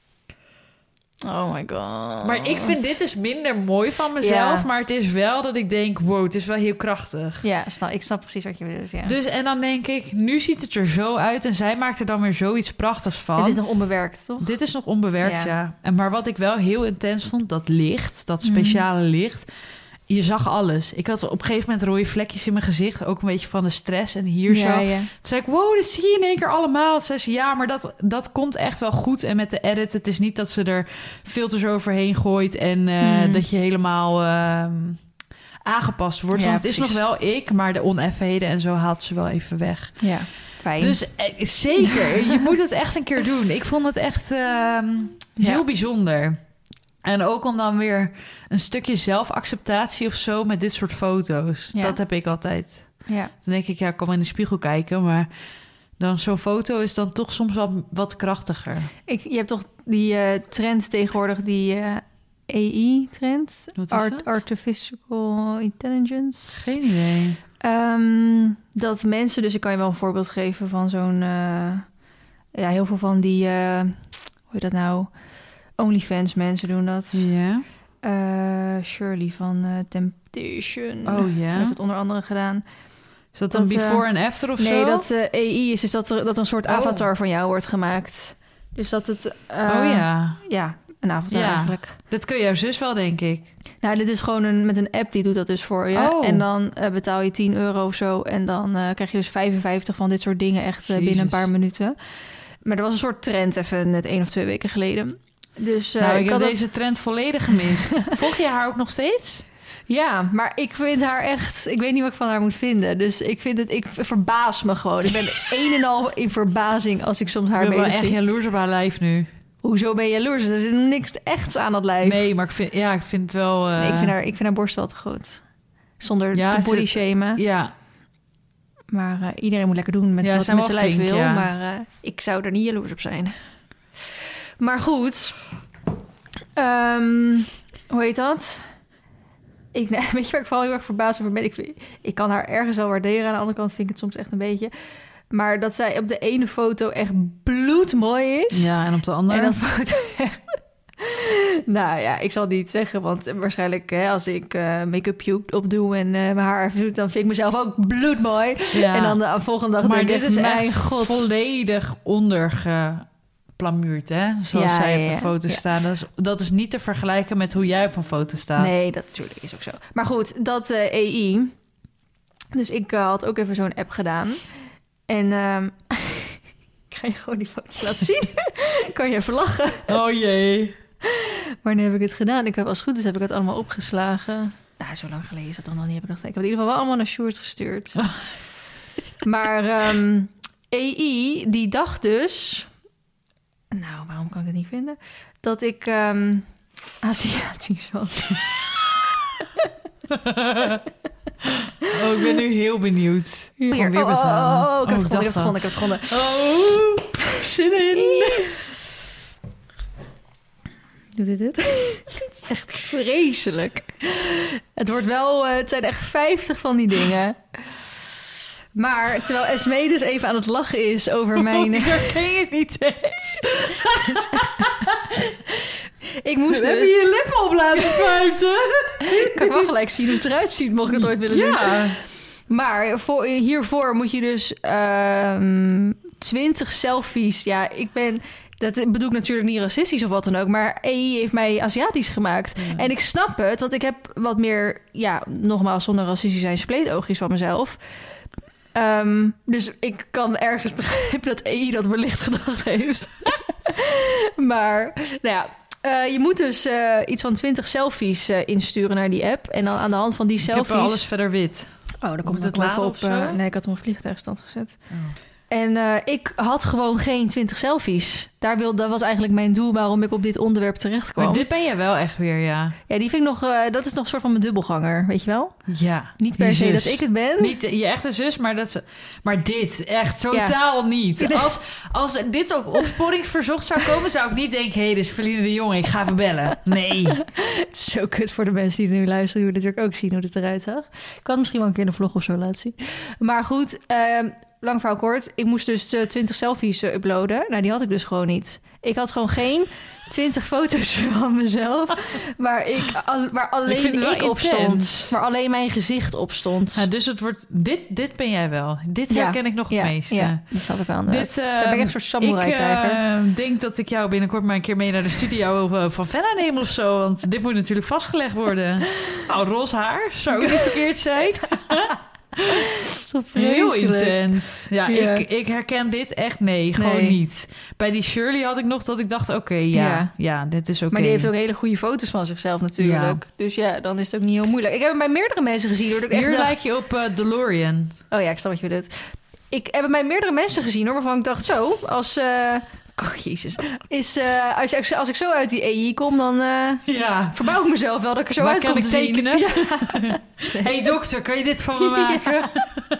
Oh my god. Maar ik vind dit dus minder mooi van mezelf. Ja. Maar het is wel dat ik denk, wow, het is wel heel krachtig. Ja, snap, ik snap precies wat je bedoelt, ja. Dus en dan denk ik, nu ziet het er zo uit... en zij maakt er dan weer zoiets prachtigs van. Dit is nog onbewerkt, toch? Dit is nog onbewerkt, ja. ja. En maar wat ik wel heel intens vond, dat licht, dat speciale mm. licht... Je zag alles. Ik had op een gegeven moment rode vlekjes in mijn gezicht. Ook een beetje van de stress. En hier ja, zo. Ja. Toen zei ik, wow, dit zie je in één keer allemaal. Toen zei ze, ja, maar dat, dat komt echt wel goed. En met de edit, het is niet dat ze er filters overheen gooit... en uh, mm. dat je helemaal uh, aangepast wordt. Ja, want het precies. Is nog wel ik, maar de oneffenheden en zo haalt ze wel even weg. Ja, fijn. Dus eh, zeker, je moet het echt een keer doen. Ik vond het echt uh, heel ja. bijzonder. En ook om dan weer een stukje zelfacceptatie of zo met dit soort foto's. Ja. Dat heb ik altijd. Ja. Dan denk ik, ja, ik kan in de spiegel kijken, maar dan zo'n foto is dan toch soms wel wat krachtiger. Ik, je hebt toch die uh, trend tegenwoordig, die uh, A I-trend? Wat is Art, dat? Artificial Intelligence. Geen idee. Um, dat mensen, dus ik kan je wel een voorbeeld geven van zo'n... Uh, ja, heel veel van die... Uh, hoe heet dat nou... OnlyFans mensen doen dat. Ja. Uh, Shirley van uh, Temptation. Oh ja. Die heeft het onder andere gedaan. Is dat dan dat, before en uh, after of nee, zo? Nee, dat uh, A I is dus dat er dat een soort oh. avatar van jou wordt gemaakt. Dus dat het... Uh, oh ja. Ja, een avatar ja. eigenlijk. Dat kun jouw zus wel, denk ik. Nou, dit is gewoon een, met een app die doet dat dus voor je. Oh. En dan uh, betaal je tien euro of zo. En dan uh, krijg je dus vijfenvijftig van dit soort dingen echt uh, binnen een paar minuten. Maar er was een soort trend even net één of twee weken geleden. Dus, uh, nou, ik, ik heb had deze dat... trend volledig gemist. Volg je haar ook nog steeds? Ja, maar ik vind haar echt... Ik weet niet wat ik van haar moet vinden. Dus ik vind het... Ik verbaas me gewoon. Ik ben een en al in verbazing als ik soms haar bezig zie. Ik ben wel echt jaloers op haar lijf nu. Hoezo ben je jaloers? Er zit niks echts aan dat lijf. Nee, maar ik vind, ja, ik vind het wel... Uh... Nee, ik, vind haar, ik vind haar borst wel te groot. Zonder ja, te body shamen. Ja. Maar uh, iedereen moet lekker doen met ja, wat hij met zijn lijf wil. Ja. Maar uh, ik zou er niet jaloers op zijn. Maar goed. Um, hoe heet dat? Ik, nee, weet je waar ik vooral heel erg verbaasd over ben? Ik, vind, ik kan haar ergens wel waarderen. Aan de andere kant vind ik het soms echt een beetje... Maar dat zij op de ene foto echt bloedmooi is. Ja, en op de andere... En op foto echt... Nou ja, ik zal het niet zeggen. Want waarschijnlijk hè, als ik uh, make-up opdoe en uh, mijn haar even doe... dan vind ik mezelf ook bloedmooi. Ja. En dan de volgende dag... Maar denk dit ik, is mijn echt God. volledig ondergeplamuurd, hè? Zoals ja, zij ja, op de foto ja. staan. Dat is, dat is niet te vergelijken met hoe jij op een foto staat. Nee, dat natuurlijk is ook zo. Maar goed, dat uh, A I... Dus ik uh, had ook even zo'n app gedaan... En um, ik ga je gewoon die foto's laten zien. Kan je even lachen? Oh jee. Wanneer heb ik het gedaan? Ik heb, als het goed is, heb ik het allemaal opgeslagen. Nou, zo lang geleden is dat dan nog niet. Heb ik, gedacht. Ik heb het in ieder geval wel allemaal naar Sjoerd gestuurd. Maar um, A I, die dacht dus... Nou, waarom kan ik het niet vinden? Dat ik um, Aziatisch was. Oh, ik ben nu heel benieuwd. Hier. Weer oh, oh, oh, oh, ik heb oh, het gevonden, ik heb het gevonden, ik heb het gevonden. Oh, zin in. Doe dit dit? Het is echt vreselijk. Het wordt wel, uh, het zijn echt vijftig van die dingen. Maar terwijl Esmee dus even aan het lachen is over mijn... Oh, ik ken je niet eens. Ik moest dus... Heb je je lippen op laten buiten? Ik kan wel gelijk zien hoe het eruit ziet, mocht ik het ooit willen ja. doen. Maar voor, hiervoor moet je dus um, twintig selfies... Ja, ik ben... Dat bedoel ik natuurlijk niet racistisch of wat dan ook... maar A I heeft mij Aziatisch gemaakt. Ja. En ik snap het, want ik heb wat meer... Ja, nogmaals, zonder racistisch zijn spleetoogjes van mezelf... Um, dus ik kan ergens begrijpen dat A I dat wellicht gedacht heeft. Maar, nou ja... Uh, je moet dus uh, iets van twintig selfies uh, insturen naar die app. En dan aan de hand van die selfies... Ik heb alles verder wit. Oh, dan komt het wel op. Uh, nee, ik had hem op vliegtuigstand gezet. Oh. En uh, ik had gewoon geen twintig selfies. Daar wilde, dat was eigenlijk mijn doel waarom ik op dit onderwerp terecht kwam. Maar dit ben je wel echt weer, ja. Ja, die vind ik nog... Uh, dat is nog een soort van mijn dubbelganger, weet je wel? Ja. Niet per se dat ik het ben. Niet je echte zus, maar, dat, maar dit echt totaal ja. niet. Als, als dit op opsporingsverzocht zou komen... zou ik niet denken... hé, hey, dit is Feline de Jong, ik ga even bellen. Nee. Het is zo kut voor de mensen die er nu luisteren... die natuurlijk ook zien hoe dit eruit zag. Ik kan misschien wel een keer in de vlog of zo laten zien. Maar goed... Uh, lang verhaal kort. Ik moest dus uh, twintig selfies uh, uploaden. Nou, die had ik dus gewoon niet. Ik had gewoon geen twintig foto's van mezelf... waar, ik, al, waar alleen ik, ik op stond. Waar alleen mijn gezicht op stond. Ja, dus het wordt... Dit, dit ben jij wel. Dit herken ja, ik nog ja, het meeste. Ja, dat snap ik wel. Dit, uh, Daar ben ik echt een soort samurai-krijger. Ik uh, denk dat ik jou binnenkort maar een keer mee naar de studio uh, van Fenna neem of zo. Want dit moet natuurlijk vastgelegd worden. Nou, roze haar. Zou ook niet verkeerd zijn. Heel intens. Ja, ja. Ik, ik herken dit echt nee, gewoon nee. niet. Bij die Shirley had ik nog dat ik dacht, oké, okay, ja, ja, ja, dit is oké. Okay. Maar die heeft ook hele goede foto's van zichzelf natuurlijk. Ja. Dus ja, dan is het ook niet heel moeilijk. Ik heb het bij meerdere mensen gezien. Hoor, dat ik Hier echt lijk je op uh, DeLorean. Oh ja, ik snap wat je bedoelt. Ik heb het bij meerdere mensen gezien hoor, waarvan ik dacht zo, als... Uh, Oh, jezus. Is, uh, als, ik, als ik zo uit die A I kom, dan uh, ja. verbouw ik mezelf wel dat ik er zo maar uit kan te tekenen. Ja. Hé hey, dokter, kan je dit van me maken? Ja.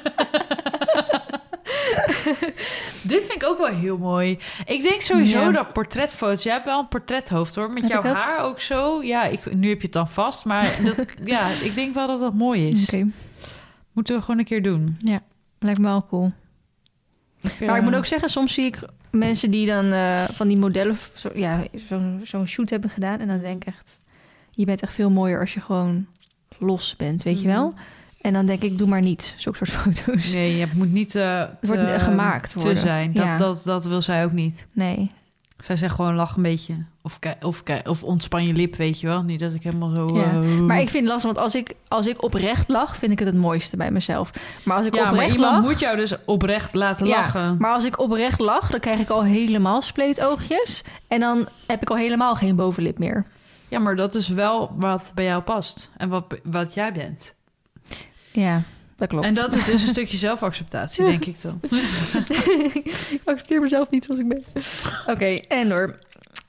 Dit vind ik ook wel heel mooi. Ik denk sowieso ja. dat portretfoto's... Jij hebt wel een portrethoofd hoor. Met heb jouw haar ook zo. Ja, ik, nu heb je het dan vast. Maar dat, ja, ik denk wel dat dat mooi is. Okay. Moeten we gewoon een keer doen. Ja, lijkt me wel cool. Ik, maar uh... ik moet ook zeggen, soms zie ik mensen die dan uh, van die modellen... Zo, ja, zo'n zo'n shoot hebben gedaan. En dan denk ik echt... je bent echt veel mooier als je gewoon los bent, weet mm-hmm. je wel? En dan denk ik, doe maar niet zulke soort foto's. Nee, je moet niet uh, te, het wordt gemaakt worden. te zijn. Dat, ja. dat, dat wil zij ook niet. Nee. Zij zegt gewoon lach een beetje. Of, of, of ontspan je lip, weet je wel. Niet dat ik helemaal zo... Ja. Uh, maar ik vind het lastig, want als ik, als ik oprecht lach... vind ik het het mooiste bij mezelf. Maar als ik ja, oprecht maar iemand lach... moet jou dus oprecht laten ja, lachen. Maar als ik oprecht lach, dan krijg ik al helemaal spleetoogjes. En dan heb ik al helemaal geen bovenlip meer. Ja, maar dat is wel wat bij jou past. En wat, wat jij bent. Ja, dat klopt. En dat is dus een stukje zelfacceptatie, denk ik dan. Ik accepteer mezelf niet zoals ik ben. Oké, okay, en door.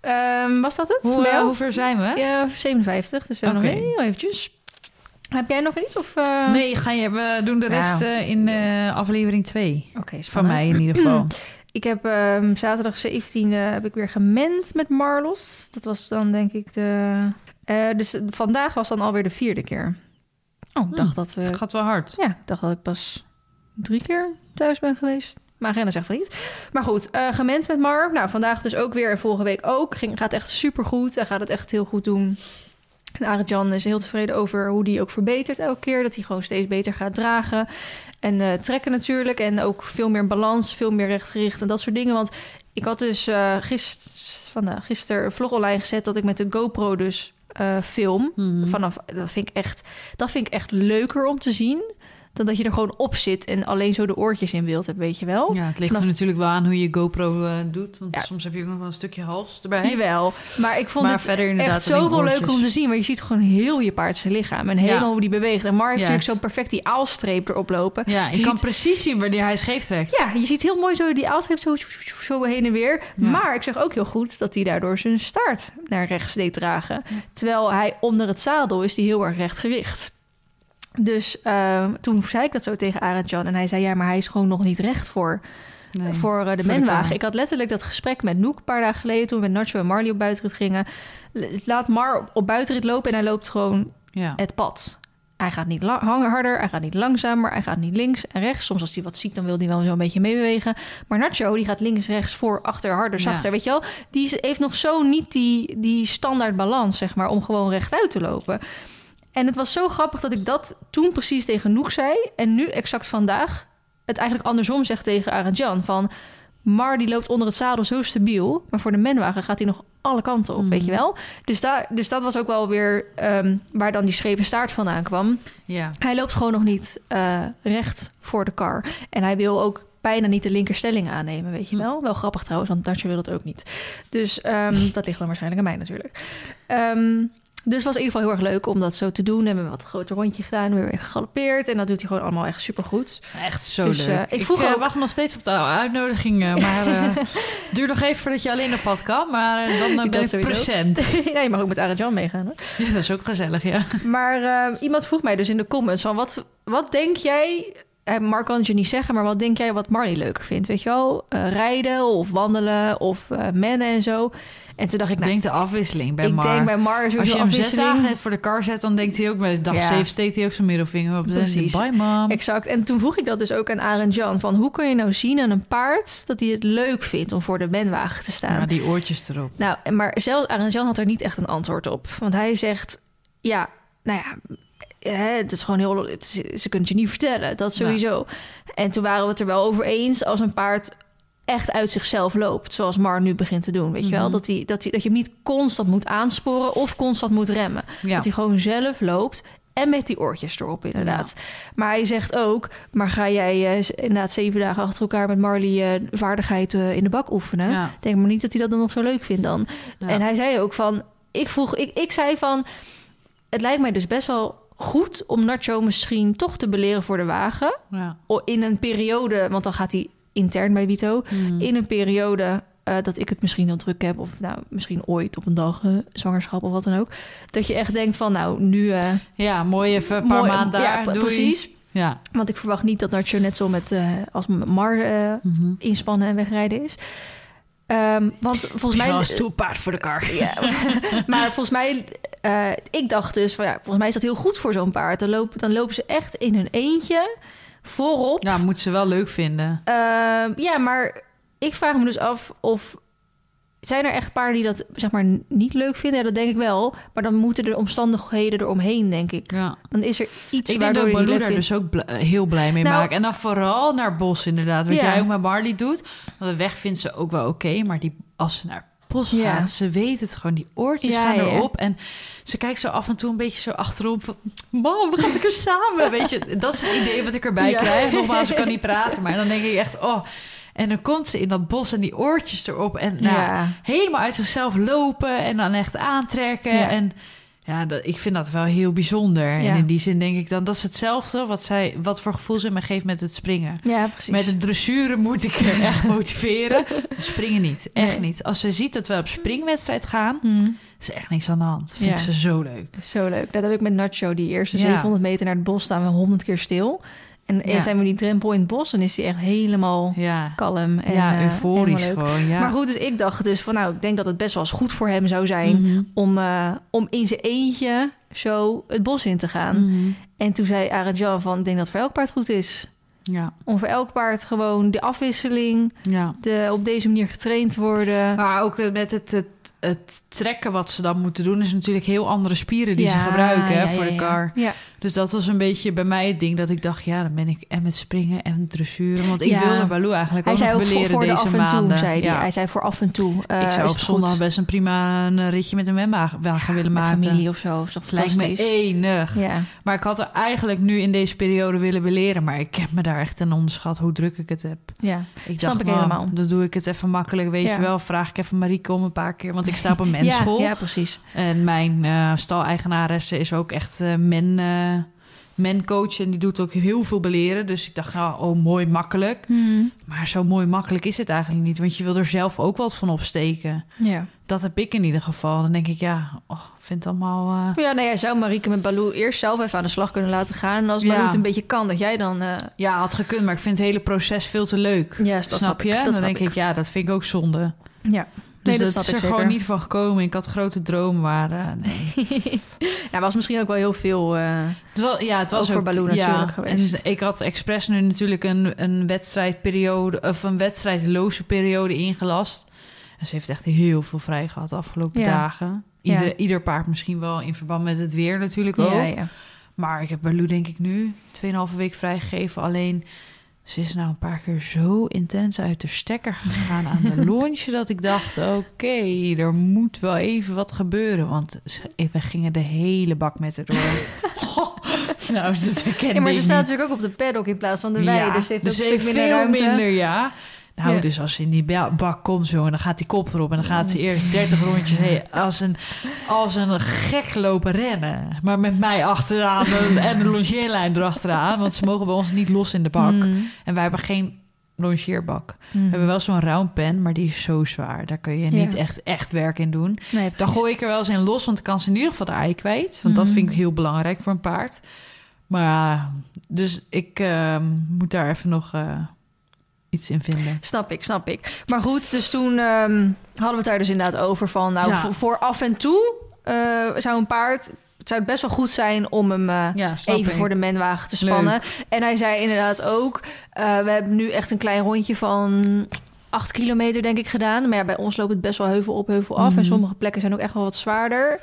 Um, was dat het? Hoe, uh, hoe ver zijn we? Ja, zevenenvijftig. Dus we hebben okay. nog heel eventjes. Heb jij nog iets? Of, uh... Nee, ga je, we doen de rest nou. uh, in uh, aflevering twee. Oké, okay, van mij in ieder geval. Ik heb um, zaterdag zeventiende heb ik weer gemend met Marlos. Dat was dan denk ik de... Uh, dus vandaag was dan alweer de vierde keer. Oh, ik dacht hm, dat we... Het gaat wel hard. Ja, ik dacht dat ik pas drie keer thuis ben geweest. Maar agenda zegt van niet. Maar goed, uh, gemend met Mar. Nou, vandaag dus ook weer en vorige week ook. Ging, gaat echt supergoed. Hij gaat het echt heel goed doen. En Arend-Jan is heel tevreden over hoe die ook verbetert elke keer. Dat hij gewoon steeds beter gaat dragen. En uh, trekken natuurlijk. En ook veel meer balans, veel meer rechtgericht en dat soort dingen. Want ik had dus uh, gist, vandaag, gisteren een vlog online gezet... dat ik met de GoPro dus uh, film. Mm-hmm. Vanaf, dat vind ik echt, dat vind ik echt leuker om te zien... dan dat je er gewoon op zit en alleen zo de oortjes in beeld hebt, weet je wel. Ja, het ligt Vanaf... er natuurlijk wel aan hoe je GoPro uh, doet. Want ja. soms heb je ook nog wel een stukje hals erbij. Jawel, maar ik vond maar het verder echt zoveel leuker om te zien. Maar je ziet gewoon heel je paard zijn lichaam. En helemaal ja. hoe die beweegt. En Mar heeft yes. natuurlijk zo perfect die aalstreep erop lopen. Ja, je, je kan ziet... precies zien wanneer hij scheef trekt. Ja, je ziet heel mooi zo die aalstreep zo, zo heen en weer. Ja. Maar ik zeg ook heel goed dat hij daardoor zijn staart naar rechts deed dragen. Ja. Terwijl hij onder het zadel is die heel erg rechtgericht. Dus uh, toen zei ik dat zo tegen Arend-Jan. En hij zei, ja, maar hij is gewoon nog niet recht voor, nee, voor uh, de voor menwagen. De ik had letterlijk dat gesprek met Noek een paar dagen geleden... toen we met Nacho en Marley op buitenrit gingen. Laat Mar op buitenrit lopen en hij loopt gewoon ja. het pad. Hij gaat niet la- hangen harder, hij gaat niet langzamer... hij gaat niet links en rechts. Soms als hij wat ziet, dan wil hij wel zo een beetje meebewegen. Maar Nacho, die gaat links, rechts, voor, achter, harder, zachter. Ja. Weet je wel? Die heeft nog zo niet die, die standaard balans, zeg maar... om gewoon rechtuit te lopen... En het was zo grappig dat ik dat toen precies tegen Noek zei... en nu exact vandaag het eigenlijk andersom zeg tegen Arend-Jan... van Mar die loopt onder het zadel zo stabiel... maar voor de menwagen gaat hij nog alle kanten op, mm. weet je wel? Dus, daar, dus dat was ook wel weer um, waar dan die scheve staart vandaan kwam. Ja. Hij loopt gewoon nog niet uh, recht voor de kar. En hij wil ook bijna niet de linkerstelling aannemen, weet je wel? Mm. Wel grappig trouwens, want Dartje wil dat ook niet. Dus um, dat ligt dan waarschijnlijk aan mij natuurlijk. Um, Dus het was in ieder geval heel erg leuk om dat zo te doen. We hebben wat een groter rondje gedaan, we weer gegalopeerd. En dat doet hij gewoon allemaal echt supergoed. Echt zo dus, leuk. Uh, ik vroeg ik ook... uh, wacht nog steeds op de uitnodiging. Uh, maar uh, duurt nog even voordat je alleen op pad kan. Maar uh, dan uh, ik ben ik present. Ja, je mag ook met Arend-Jan meegaan. Hè? Ja, dat is ook gezellig, ja. Maar uh, iemand vroeg mij dus in de comments van... wat, wat denk jij... Mark kan het je niet zeggen, maar wat denk jij wat Marley leuker vindt? Weet je wel? Uh, rijden of wandelen of uh, mennen en zo. En toen dacht ik... Nou, denk de afwisseling bij ik Mar. Ik denk bij Mar Als je hem zes dagen voor de kar zet, dan denkt hij ook... bij dag ja. zeven steekt hij ook zijn middelvinger op. Precies. Bye, mom. Exact. En toen vroeg ik dat dus ook aan Arend-Jan. Van hoe kun je nou zien aan een paard dat hij het leuk vindt om voor de menwagen te staan? Ja, die oortjes erop. Nou, maar zelfs Arend-Jan had er niet echt een antwoord op. Want hij zegt, ja, nou ja... Het is gewoon heel... Het is, ze kunnen het je niet vertellen, dat sowieso. Ja. En toen waren we het er wel over eens... als een paard echt uit zichzelf loopt... zoals Mar nu begint te doen, weet mm-hmm. je wel? Dat, hij, dat, hij, dat je hem niet constant moet aansporen... of constant moet remmen. Ja. Dat hij gewoon zelf loopt... en met die oortjes erop, inderdaad. Ja. Maar hij zegt ook... maar ga jij uh, inderdaad zeven dagen achter elkaar... met Marley uh, vaardigheid uh, in de bak oefenen? Ja. Denk maar niet dat hij dat dan nog zo leuk vindt dan. Ja. En hij zei ook van... Ik vroeg... Ik, ik zei van... Het lijkt mij dus best wel... goed om Nacho misschien toch te beleren voor de wagen. Ja. In een periode, want dan gaat hij intern bij Vito. Mm. In een periode uh, dat ik het misschien dan druk heb... of nou, misschien ooit op een dag uh, zwangerschap of wat dan ook. Dat je echt denkt van, nou, nu... Uh, ja, mooi even een paar maanden daar. Ja, precies. Ja. Want ik verwacht niet dat Nacho net zo met uh, als Mar uh, mm-hmm. inspannen en wegrijden is. Um, want volgens mij... Ja, stoelpaard voor de kar. Ja, maar volgens mij... Uh, ik dacht dus van ja, volgens mij is dat heel goed voor zo'n paard. Dan lopen, dan lopen ze echt in hun eentje voorop. Ja, moet ze wel leuk vinden. Uh, ja, maar ik vraag me dus af of zijn er echt paarden die dat zeg maar niet leuk vinden? Ja, dat denk ik wel. Maar dan moeten de omstandigheden eromheen, denk ik. Ja. Dan is er iets ik waardoor denk dat je Baloo daar dus ook bl- heel blij mee nou, maakt. En dan vooral naar bos inderdaad. Wat ja. jij ook met Marley doet. Want de weg vindt ze ook wel oké. Okay, maar die, als ze naar het bos ja. gaat, ze weet het gewoon. Die oortjes ja, gaan ja. erop. En ze kijkt zo af en toe een beetje zo achterom. Van, mam, we gaan lekker samen. Weet je, dat is het idee wat ik erbij ja. krijg. Nogmaals, ik kan niet praten. Maar dan denk ik echt, oh... En dan komt ze in dat bos en die oortjes erop. En nou, ja. helemaal uit zichzelf lopen en dan echt aantrekken. Ja. En ja, dat, ik vind dat wel heel bijzonder. Ja. En in die zin denk ik dan, dat is hetzelfde wat zij, wat voor gevoel ze me geeft met het springen. Ja, precies. Met het dressuren moet ik er echt motiveren. Springen niet, echt nee. niet. Als ze ziet dat we op springwedstrijd gaan, hmm. is er echt niks aan de hand. Vindt ja. ze zo leuk. Zo leuk. Dat heb ik met Nacho. Die eerste Ja. zevenhonderd meter naar het bos staan we honderd keer stil. En ja. zijn we die drempel in het bos, dan is die echt helemaal ja. kalm. En, ja, euforisch uh, gewoon, ja. Maar goed, dus ik dacht dus van, nou, ik denk dat het best wel eens goed voor hem zou zijn... Mm-hmm. om, uh, om in zijn eentje zo het bos in te gaan. Mm-hmm. En toen zei Arend-Jan van, ik denk dat het voor elk paard goed is. Ja. Om voor elk paard gewoon de afwisseling, ja. de, op deze manier getraind worden. Maar ook met het, het, het trekken wat ze dan moeten doen... is natuurlijk heel andere spieren die ja, ze gebruiken hè, ja, voor ja, de kar. Ja. Dus dat was een beetje bij mij het ding dat ik dacht... ja, dan ben ik en met springen en dressuren. Want ik ja. wilde Baloo eigenlijk hij ook zei nog ook beleren voor, voor deze de af en toe, maanden. Zei ja. hij. hij zei voor af en toe. Uh, ik zou op zondag goed. best een prima een ritje met een memwagen ja, willen met maken. Met familie of zo. Is toch lijkt me enig. Ja. Maar ik had er eigenlijk nu in deze periode willen beleren. Maar ik heb me daar echt aan onderschat hoe druk ik het heb. Ja, ik snap dacht, ik helemaal. Dan doe ik het even makkelijk, weet ja. je wel. Vraag ik even Marieke om een paar keer. Want ik sta op een mensschool. ja, ja, precies. En mijn uh, stal-eigenaresse is ook echt uh, men... Uh, mencoach en die doet ook heel veel beleren. Dus ik dacht, oh, oh mooi, makkelijk. Mm. Maar zo mooi makkelijk is het eigenlijk niet. Want je wil er zelf ook wat van opsteken. Ja. Dat heb ik in ieder geval. Dan denk ik, ja, oh, vind het allemaal... Uh... Ja, nou ja, zou Marieke met Baloo eerst zelf even aan de slag kunnen laten gaan. En als Baloo ja. het een beetje kan, dat jij dan... Uh... Ja, had gekund, maar ik vind het hele proces veel te leuk. Ja, dat snap, snap je? Ik, dat dan snap denk ik. ik, ja, dat vind ik ook zonde. Ja. Dus nee, dat, dat is er zeker. gewoon niet van gekomen. Ik had grote dromen, maar uh, nee. Ja, was misschien ook wel heel veel uh, het was, ja, het was ook voor Baloo natuurlijk ja, geweest. En ik had expres nu natuurlijk een, een wedstrijdperiode... of een wedstrijdloze periode ingelast. En ze heeft echt heel veel vrij gehad de afgelopen ja. dagen. Ieder, ja. ieder paard misschien wel in verband met het weer natuurlijk ook. Ja, ja. Maar ik heb Baloo denk ik nu tweeënhalve week vrijgegeven. Alleen... Ze is nou een paar keer zo intens uit de stekker gegaan aan de launch... dat ik dacht, oké, okay, er moet wel even wat gebeuren. Want we gingen de hele bak met haar door. oh, nou, dat herken ja, maar ze staat niet. natuurlijk ook op de paddock in plaats van de wei. Ja, dus ze heeft, dus ook ze heeft minder veel ruimte. minder, ja. Nou, ja. dus als ze in die bak komt zo... en dan gaat die kop erop... en dan gaat ze eerst dertig rondjes hey, als, een, als een gek lopen rennen. Maar met mij achteraan en de longeerlijn erachteraan. Want ze mogen bij ons niet los in de bak. Mm. En wij hebben geen longeerbak. Mm. We hebben wel zo'n roundpen, maar die is zo zwaar. Daar kun je niet ja. echt, echt werk in doen. Nee, dan gooi ik er wel eens in los... want dan kan ze in ieder geval de ei kwijt. Want mm. dat vind ik heel belangrijk voor een paard. Maar dus ik uh, moet daar even nog... Uh, iets in vinden. Snap ik, snap ik. Maar goed, dus toen um, hadden we het daar dus inderdaad over van... nou, ja. voor, voor af en toe uh, zou een paard... het zou best wel goed zijn om hem uh, ja, even ik. voor de menwagen te spannen. Leuk. En hij zei inderdaad ook... Uh, we hebben nu echt een klein rondje van... acht kilometer denk ik gedaan. Maar ja, bij ons loopt het best wel heuvel op, heuvel af. Mm-hmm. En sommige plekken zijn ook echt wel wat zwaarder.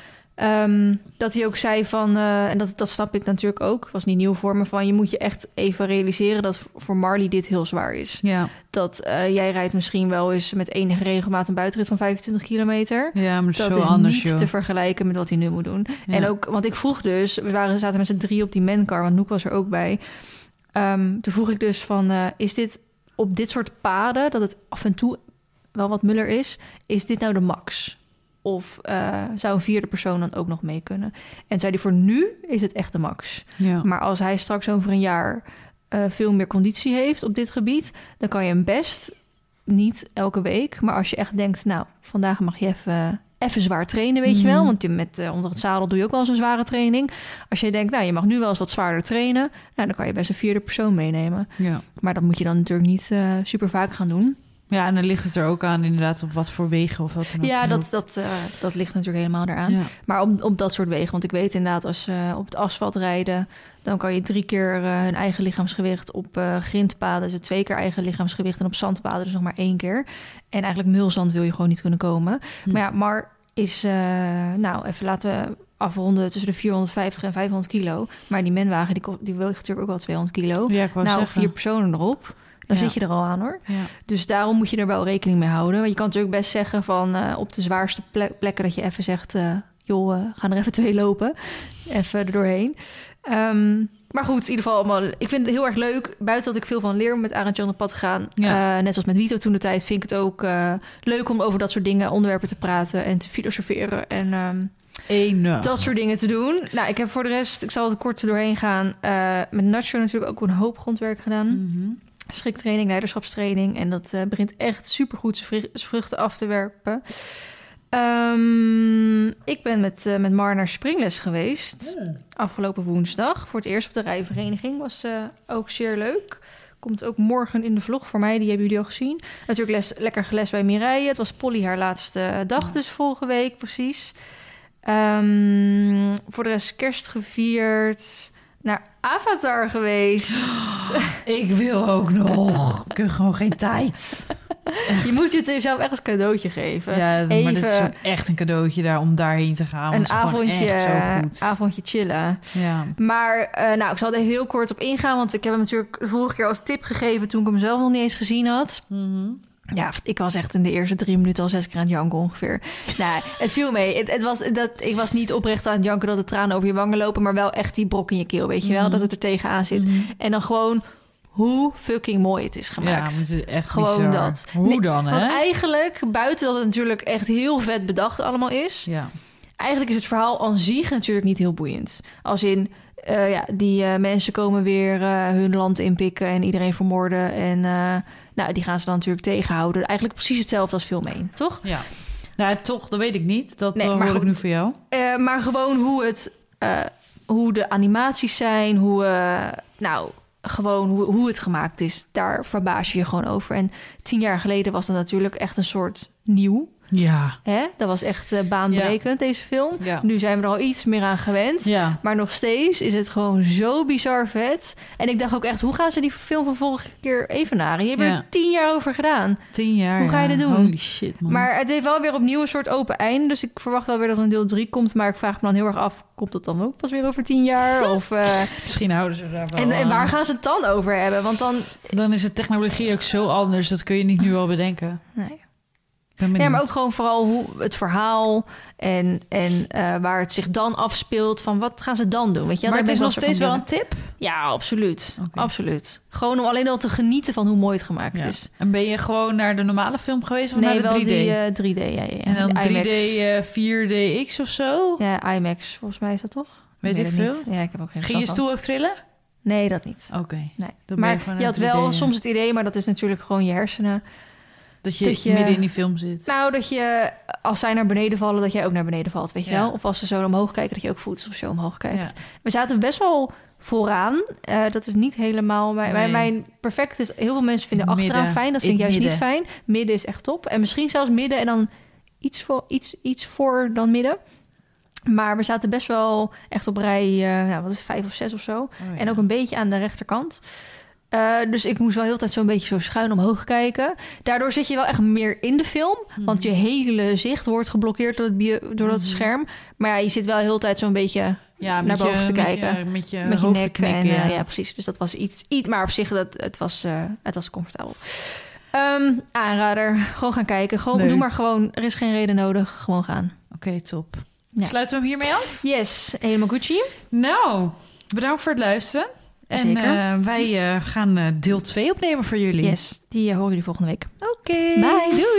Um, dat hij ook zei van... Uh, en dat, dat snap ik natuurlijk ook. Was niet nieuw voor me. Van je moet je echt even realiseren... dat voor Marley dit heel zwaar is. Ja. Dat uh, jij rijdt misschien wel eens... met enige regelmaat een buitenrit van vijfentwintig kilometer. Ja, maar dat zo is anders, niet joh. te vergelijken met wat hij nu moet doen. Ja. En ook, want ik vroeg dus... we waren, zaten met z'n drie op die mencar... want Noek was er ook bij. Um, toen vroeg ik dus van... Uh, is dit op dit soort paden... dat het af en toe wel wat muller is... is dit nou de max? Of uh, zou een vierde persoon dan ook nog mee kunnen? En zei hij, voor nu is het echt de max. Ja. Maar als hij straks over een jaar uh, veel meer conditie heeft op dit gebied... dan kan je hem best niet elke week. Maar als je echt denkt, nou, vandaag mag je even, even zwaar trainen, weet mm-hmm. je wel. Want je met, uh, onder het zadel doe je ook wel eens een zware training. Als je denkt, nou, je mag nu wel eens wat zwaarder trainen... Nou, dan kan je best een vierde persoon meenemen. Ja. Maar dat moet je dan natuurlijk niet uh, super vaak gaan doen. Ja, en dan ligt het er ook aan inderdaad op wat voor wegen of wat dan ook. Ja, dat, dat, uh, dat ligt natuurlijk helemaal eraan. Ja. Maar op, op dat soort wegen, want ik weet inderdaad... als ze uh, op het asfalt rijden... dan kan je drie keer uh, hun eigen lichaamsgewicht. Op uh, grindpaden dus twee keer eigen lichaamsgewicht... en op zandpaden dus nog maar één keer. En eigenlijk mulzand wil je gewoon niet kunnen komen. Hm. Maar ja, Mar is... Uh, nou, even laten we afronden tussen de vierhonderdvijftig en vijfhonderd kilo. Maar die menwagen, die, die weegt natuurlijk ook wel tweehonderd kilo. Ja, ik wou nou, zeggen. Vier personen erop... Dan ja. zit je er al aan, hoor. Ja. Dus daarom moet je er wel rekening mee houden. Want je kan natuurlijk best zeggen van... Uh, op de zwaarste plek, plekken dat je even zegt... Uh, joh, uh, ga er even twee lopen. Even er doorheen. Um, maar goed, in ieder geval allemaal... Ik vind het heel erg leuk. Buiten dat ik veel van leer met Arend-Jan op pad te gaan. Ja. Uh, net als met Vito toen de tijd... vind ik het ook uh, leuk om over dat soort dingen... onderwerpen te praten en te filosoferen. En um, Ene. dat soort dingen te doen. Nou, ik heb voor de rest... Ik zal er kort doorheen gaan. Uh, met Nacho natuurlijk ook een hoop grondwerk gedaan. Mm-hmm. Schriktraining, leiderschapstraining. En dat uh, begint echt supergoed zijn vruchten af te werpen. Um, ik ben met, uh, met Mar naar springles geweest. Ja. Afgelopen woensdag. Voor het eerst op de rijvereniging. Was uh, ook zeer leuk. Komt ook morgen in de vlog voor mij. Die hebben jullie al gezien. Natuurlijk les, lekker geles bij Mireille. Het was Polly haar laatste dag. Ja. Dus vorige week precies. Um, voor de rest kerst gevierd... naar Avatar geweest. Oh, ik wil ook nog. Ik heb gewoon geen tijd. Je moet het jezelf echt als cadeautje geven. Ja, Even, maar dit is ook echt een cadeautje daar om daarheen te gaan. Een avondje, echt zo goed. avondje chillen. Ja. Maar uh, nou, ik zal er even heel kort op ingaan... want ik heb hem natuurlijk de vorige keer als tip gegeven... toen ik hem zelf nog niet eens gezien had. Mm-hmm. Ja, ik was echt in de eerste drie minuten al zes keer aan het janken ongeveer. Nou, het viel mee. Het, het was, dat, ik was niet oprecht aan het janken dat de tranen over je wangen lopen... maar wel echt die brok in je keel, weet je wel? Mm-hmm. Dat het er tegenaan zit. Mm-hmm. En dan gewoon hoe fucking mooi het is gemaakt. Ja, maar het is echt gewoon bizar. Dat. Hoe nee, dan, hè? Want eigenlijk, buiten dat het natuurlijk echt heel vet bedacht allemaal is... Ja. Eigenlijk is het verhaal aan zich natuurlijk niet heel boeiend. Als in... Uh, ja, die uh, mensen komen weer uh, hun land inpikken en iedereen vermoorden. En uh, nou, die gaan ze dan natuurlijk tegenhouden. Eigenlijk precies hetzelfde als film één, toch? Ja. Nou, toch, dat weet ik niet. Dat nee, hoor ik nu voor jou. Uh, maar gewoon hoe het, uh, hoe de animaties zijn, hoe, uh, nou, gewoon hoe, hoe het gemaakt is. Daar verbaas je je gewoon over. En tien jaar geleden was dat natuurlijk echt een soort nieuw. Ja. Hè? Dat was echt uh, baanbrekend, ja. deze film. Ja. Nu zijn we er al iets meer aan gewend. Ja. Maar nog steeds is het gewoon zo bizar vet. En ik dacht ook echt, hoe gaan ze die film van vorige keer evenaren? Je hebt ja. er tien jaar over gedaan. Tien jaar, Hoe ga je ja. dit doen? Holy shit, man. Maar het heeft wel weer opnieuw een soort open einde. Dus ik verwacht wel weer dat er een deel drie komt. Maar ik vraag me dan heel erg af, komt dat dan ook pas weer over tien jaar? Of, uh... Misschien houden ze daar wel... En, en waar gaan ze het dan over hebben? Want dan... Dan is de technologie ook zo anders. Dat kun je niet nu al bedenken. Nee. Ja, maar ook gewoon vooral hoe het verhaal en, en uh, waar het zich dan afspeelt. Van wat gaan ze dan doen? Weet je? Maar dat het is nog steeds wel een tip? Ja, absoluut. Okay. Absoluut. Gewoon om alleen al te genieten van hoe mooi het gemaakt ja. is. En ben je gewoon naar de normale film geweest of nee, naar de wel drie D? Die, uh, drie D, ja, ja. En dan drie D, uh, vier D X of zo? Ja, IMAX, volgens mij is dat toch? Weet ik veel? Ja, ik heb ook geen Ging je stoel ook trillen? Nee, dat niet. Oké. Okay. Nee. Maar je, je had wel ja. soms het idee, maar dat is natuurlijk gewoon je hersenen. Dat je, dat je midden in die film zit. Nou, dat je, als zij naar beneden vallen, dat jij ook naar beneden valt, weet je ja. wel? Of als ze zo omhoog kijken, dat je ook voelt of zo omhoog kijkt. Ja. We zaten best wel vooraan. Uh, dat is niet helemaal... Mijn, nee. mijn perfect is... Heel veel mensen vinden midden. Achteraan fijn. Dat vind ik juist midden. niet fijn. Midden is echt top. En misschien zelfs midden en dan iets voor, iets, iets voor dan midden. Maar we zaten best wel echt op rij... Uh, nou, wat is het, vijf of zes of zo. Oh, ja. En ook een beetje aan de rechterkant. Uh, dus ik moest wel heel tijd zo'n beetje zo schuin omhoog kijken. Daardoor zit je wel echt meer in de film. Mm-hmm. Want je hele zicht wordt geblokkeerd door, het bio, door mm-hmm. dat scherm. Maar ja, je zit wel heel tijd zo'n beetje ja, naar boven je, te met kijken. Je, met je, met je hoofd nek. te knikken, en, uh, ja. ja, precies. Dus dat was iets... iets maar op zich, dat, het, was, uh, het was comfortabel. Um, aanrader. Gewoon gaan kijken. Gewoon, doe maar gewoon. Er is geen reden nodig. Gewoon gaan. Oké, okay, top. Ja. Sluiten we hem hiermee af? Yes, helemaal Gucci. Nou, bedankt voor het luisteren. En uh, wij uh, gaan uh, deel twee opnemen voor jullie. Yes, die uh, horen jullie volgende week. Oké. Okay. Bye. Doei.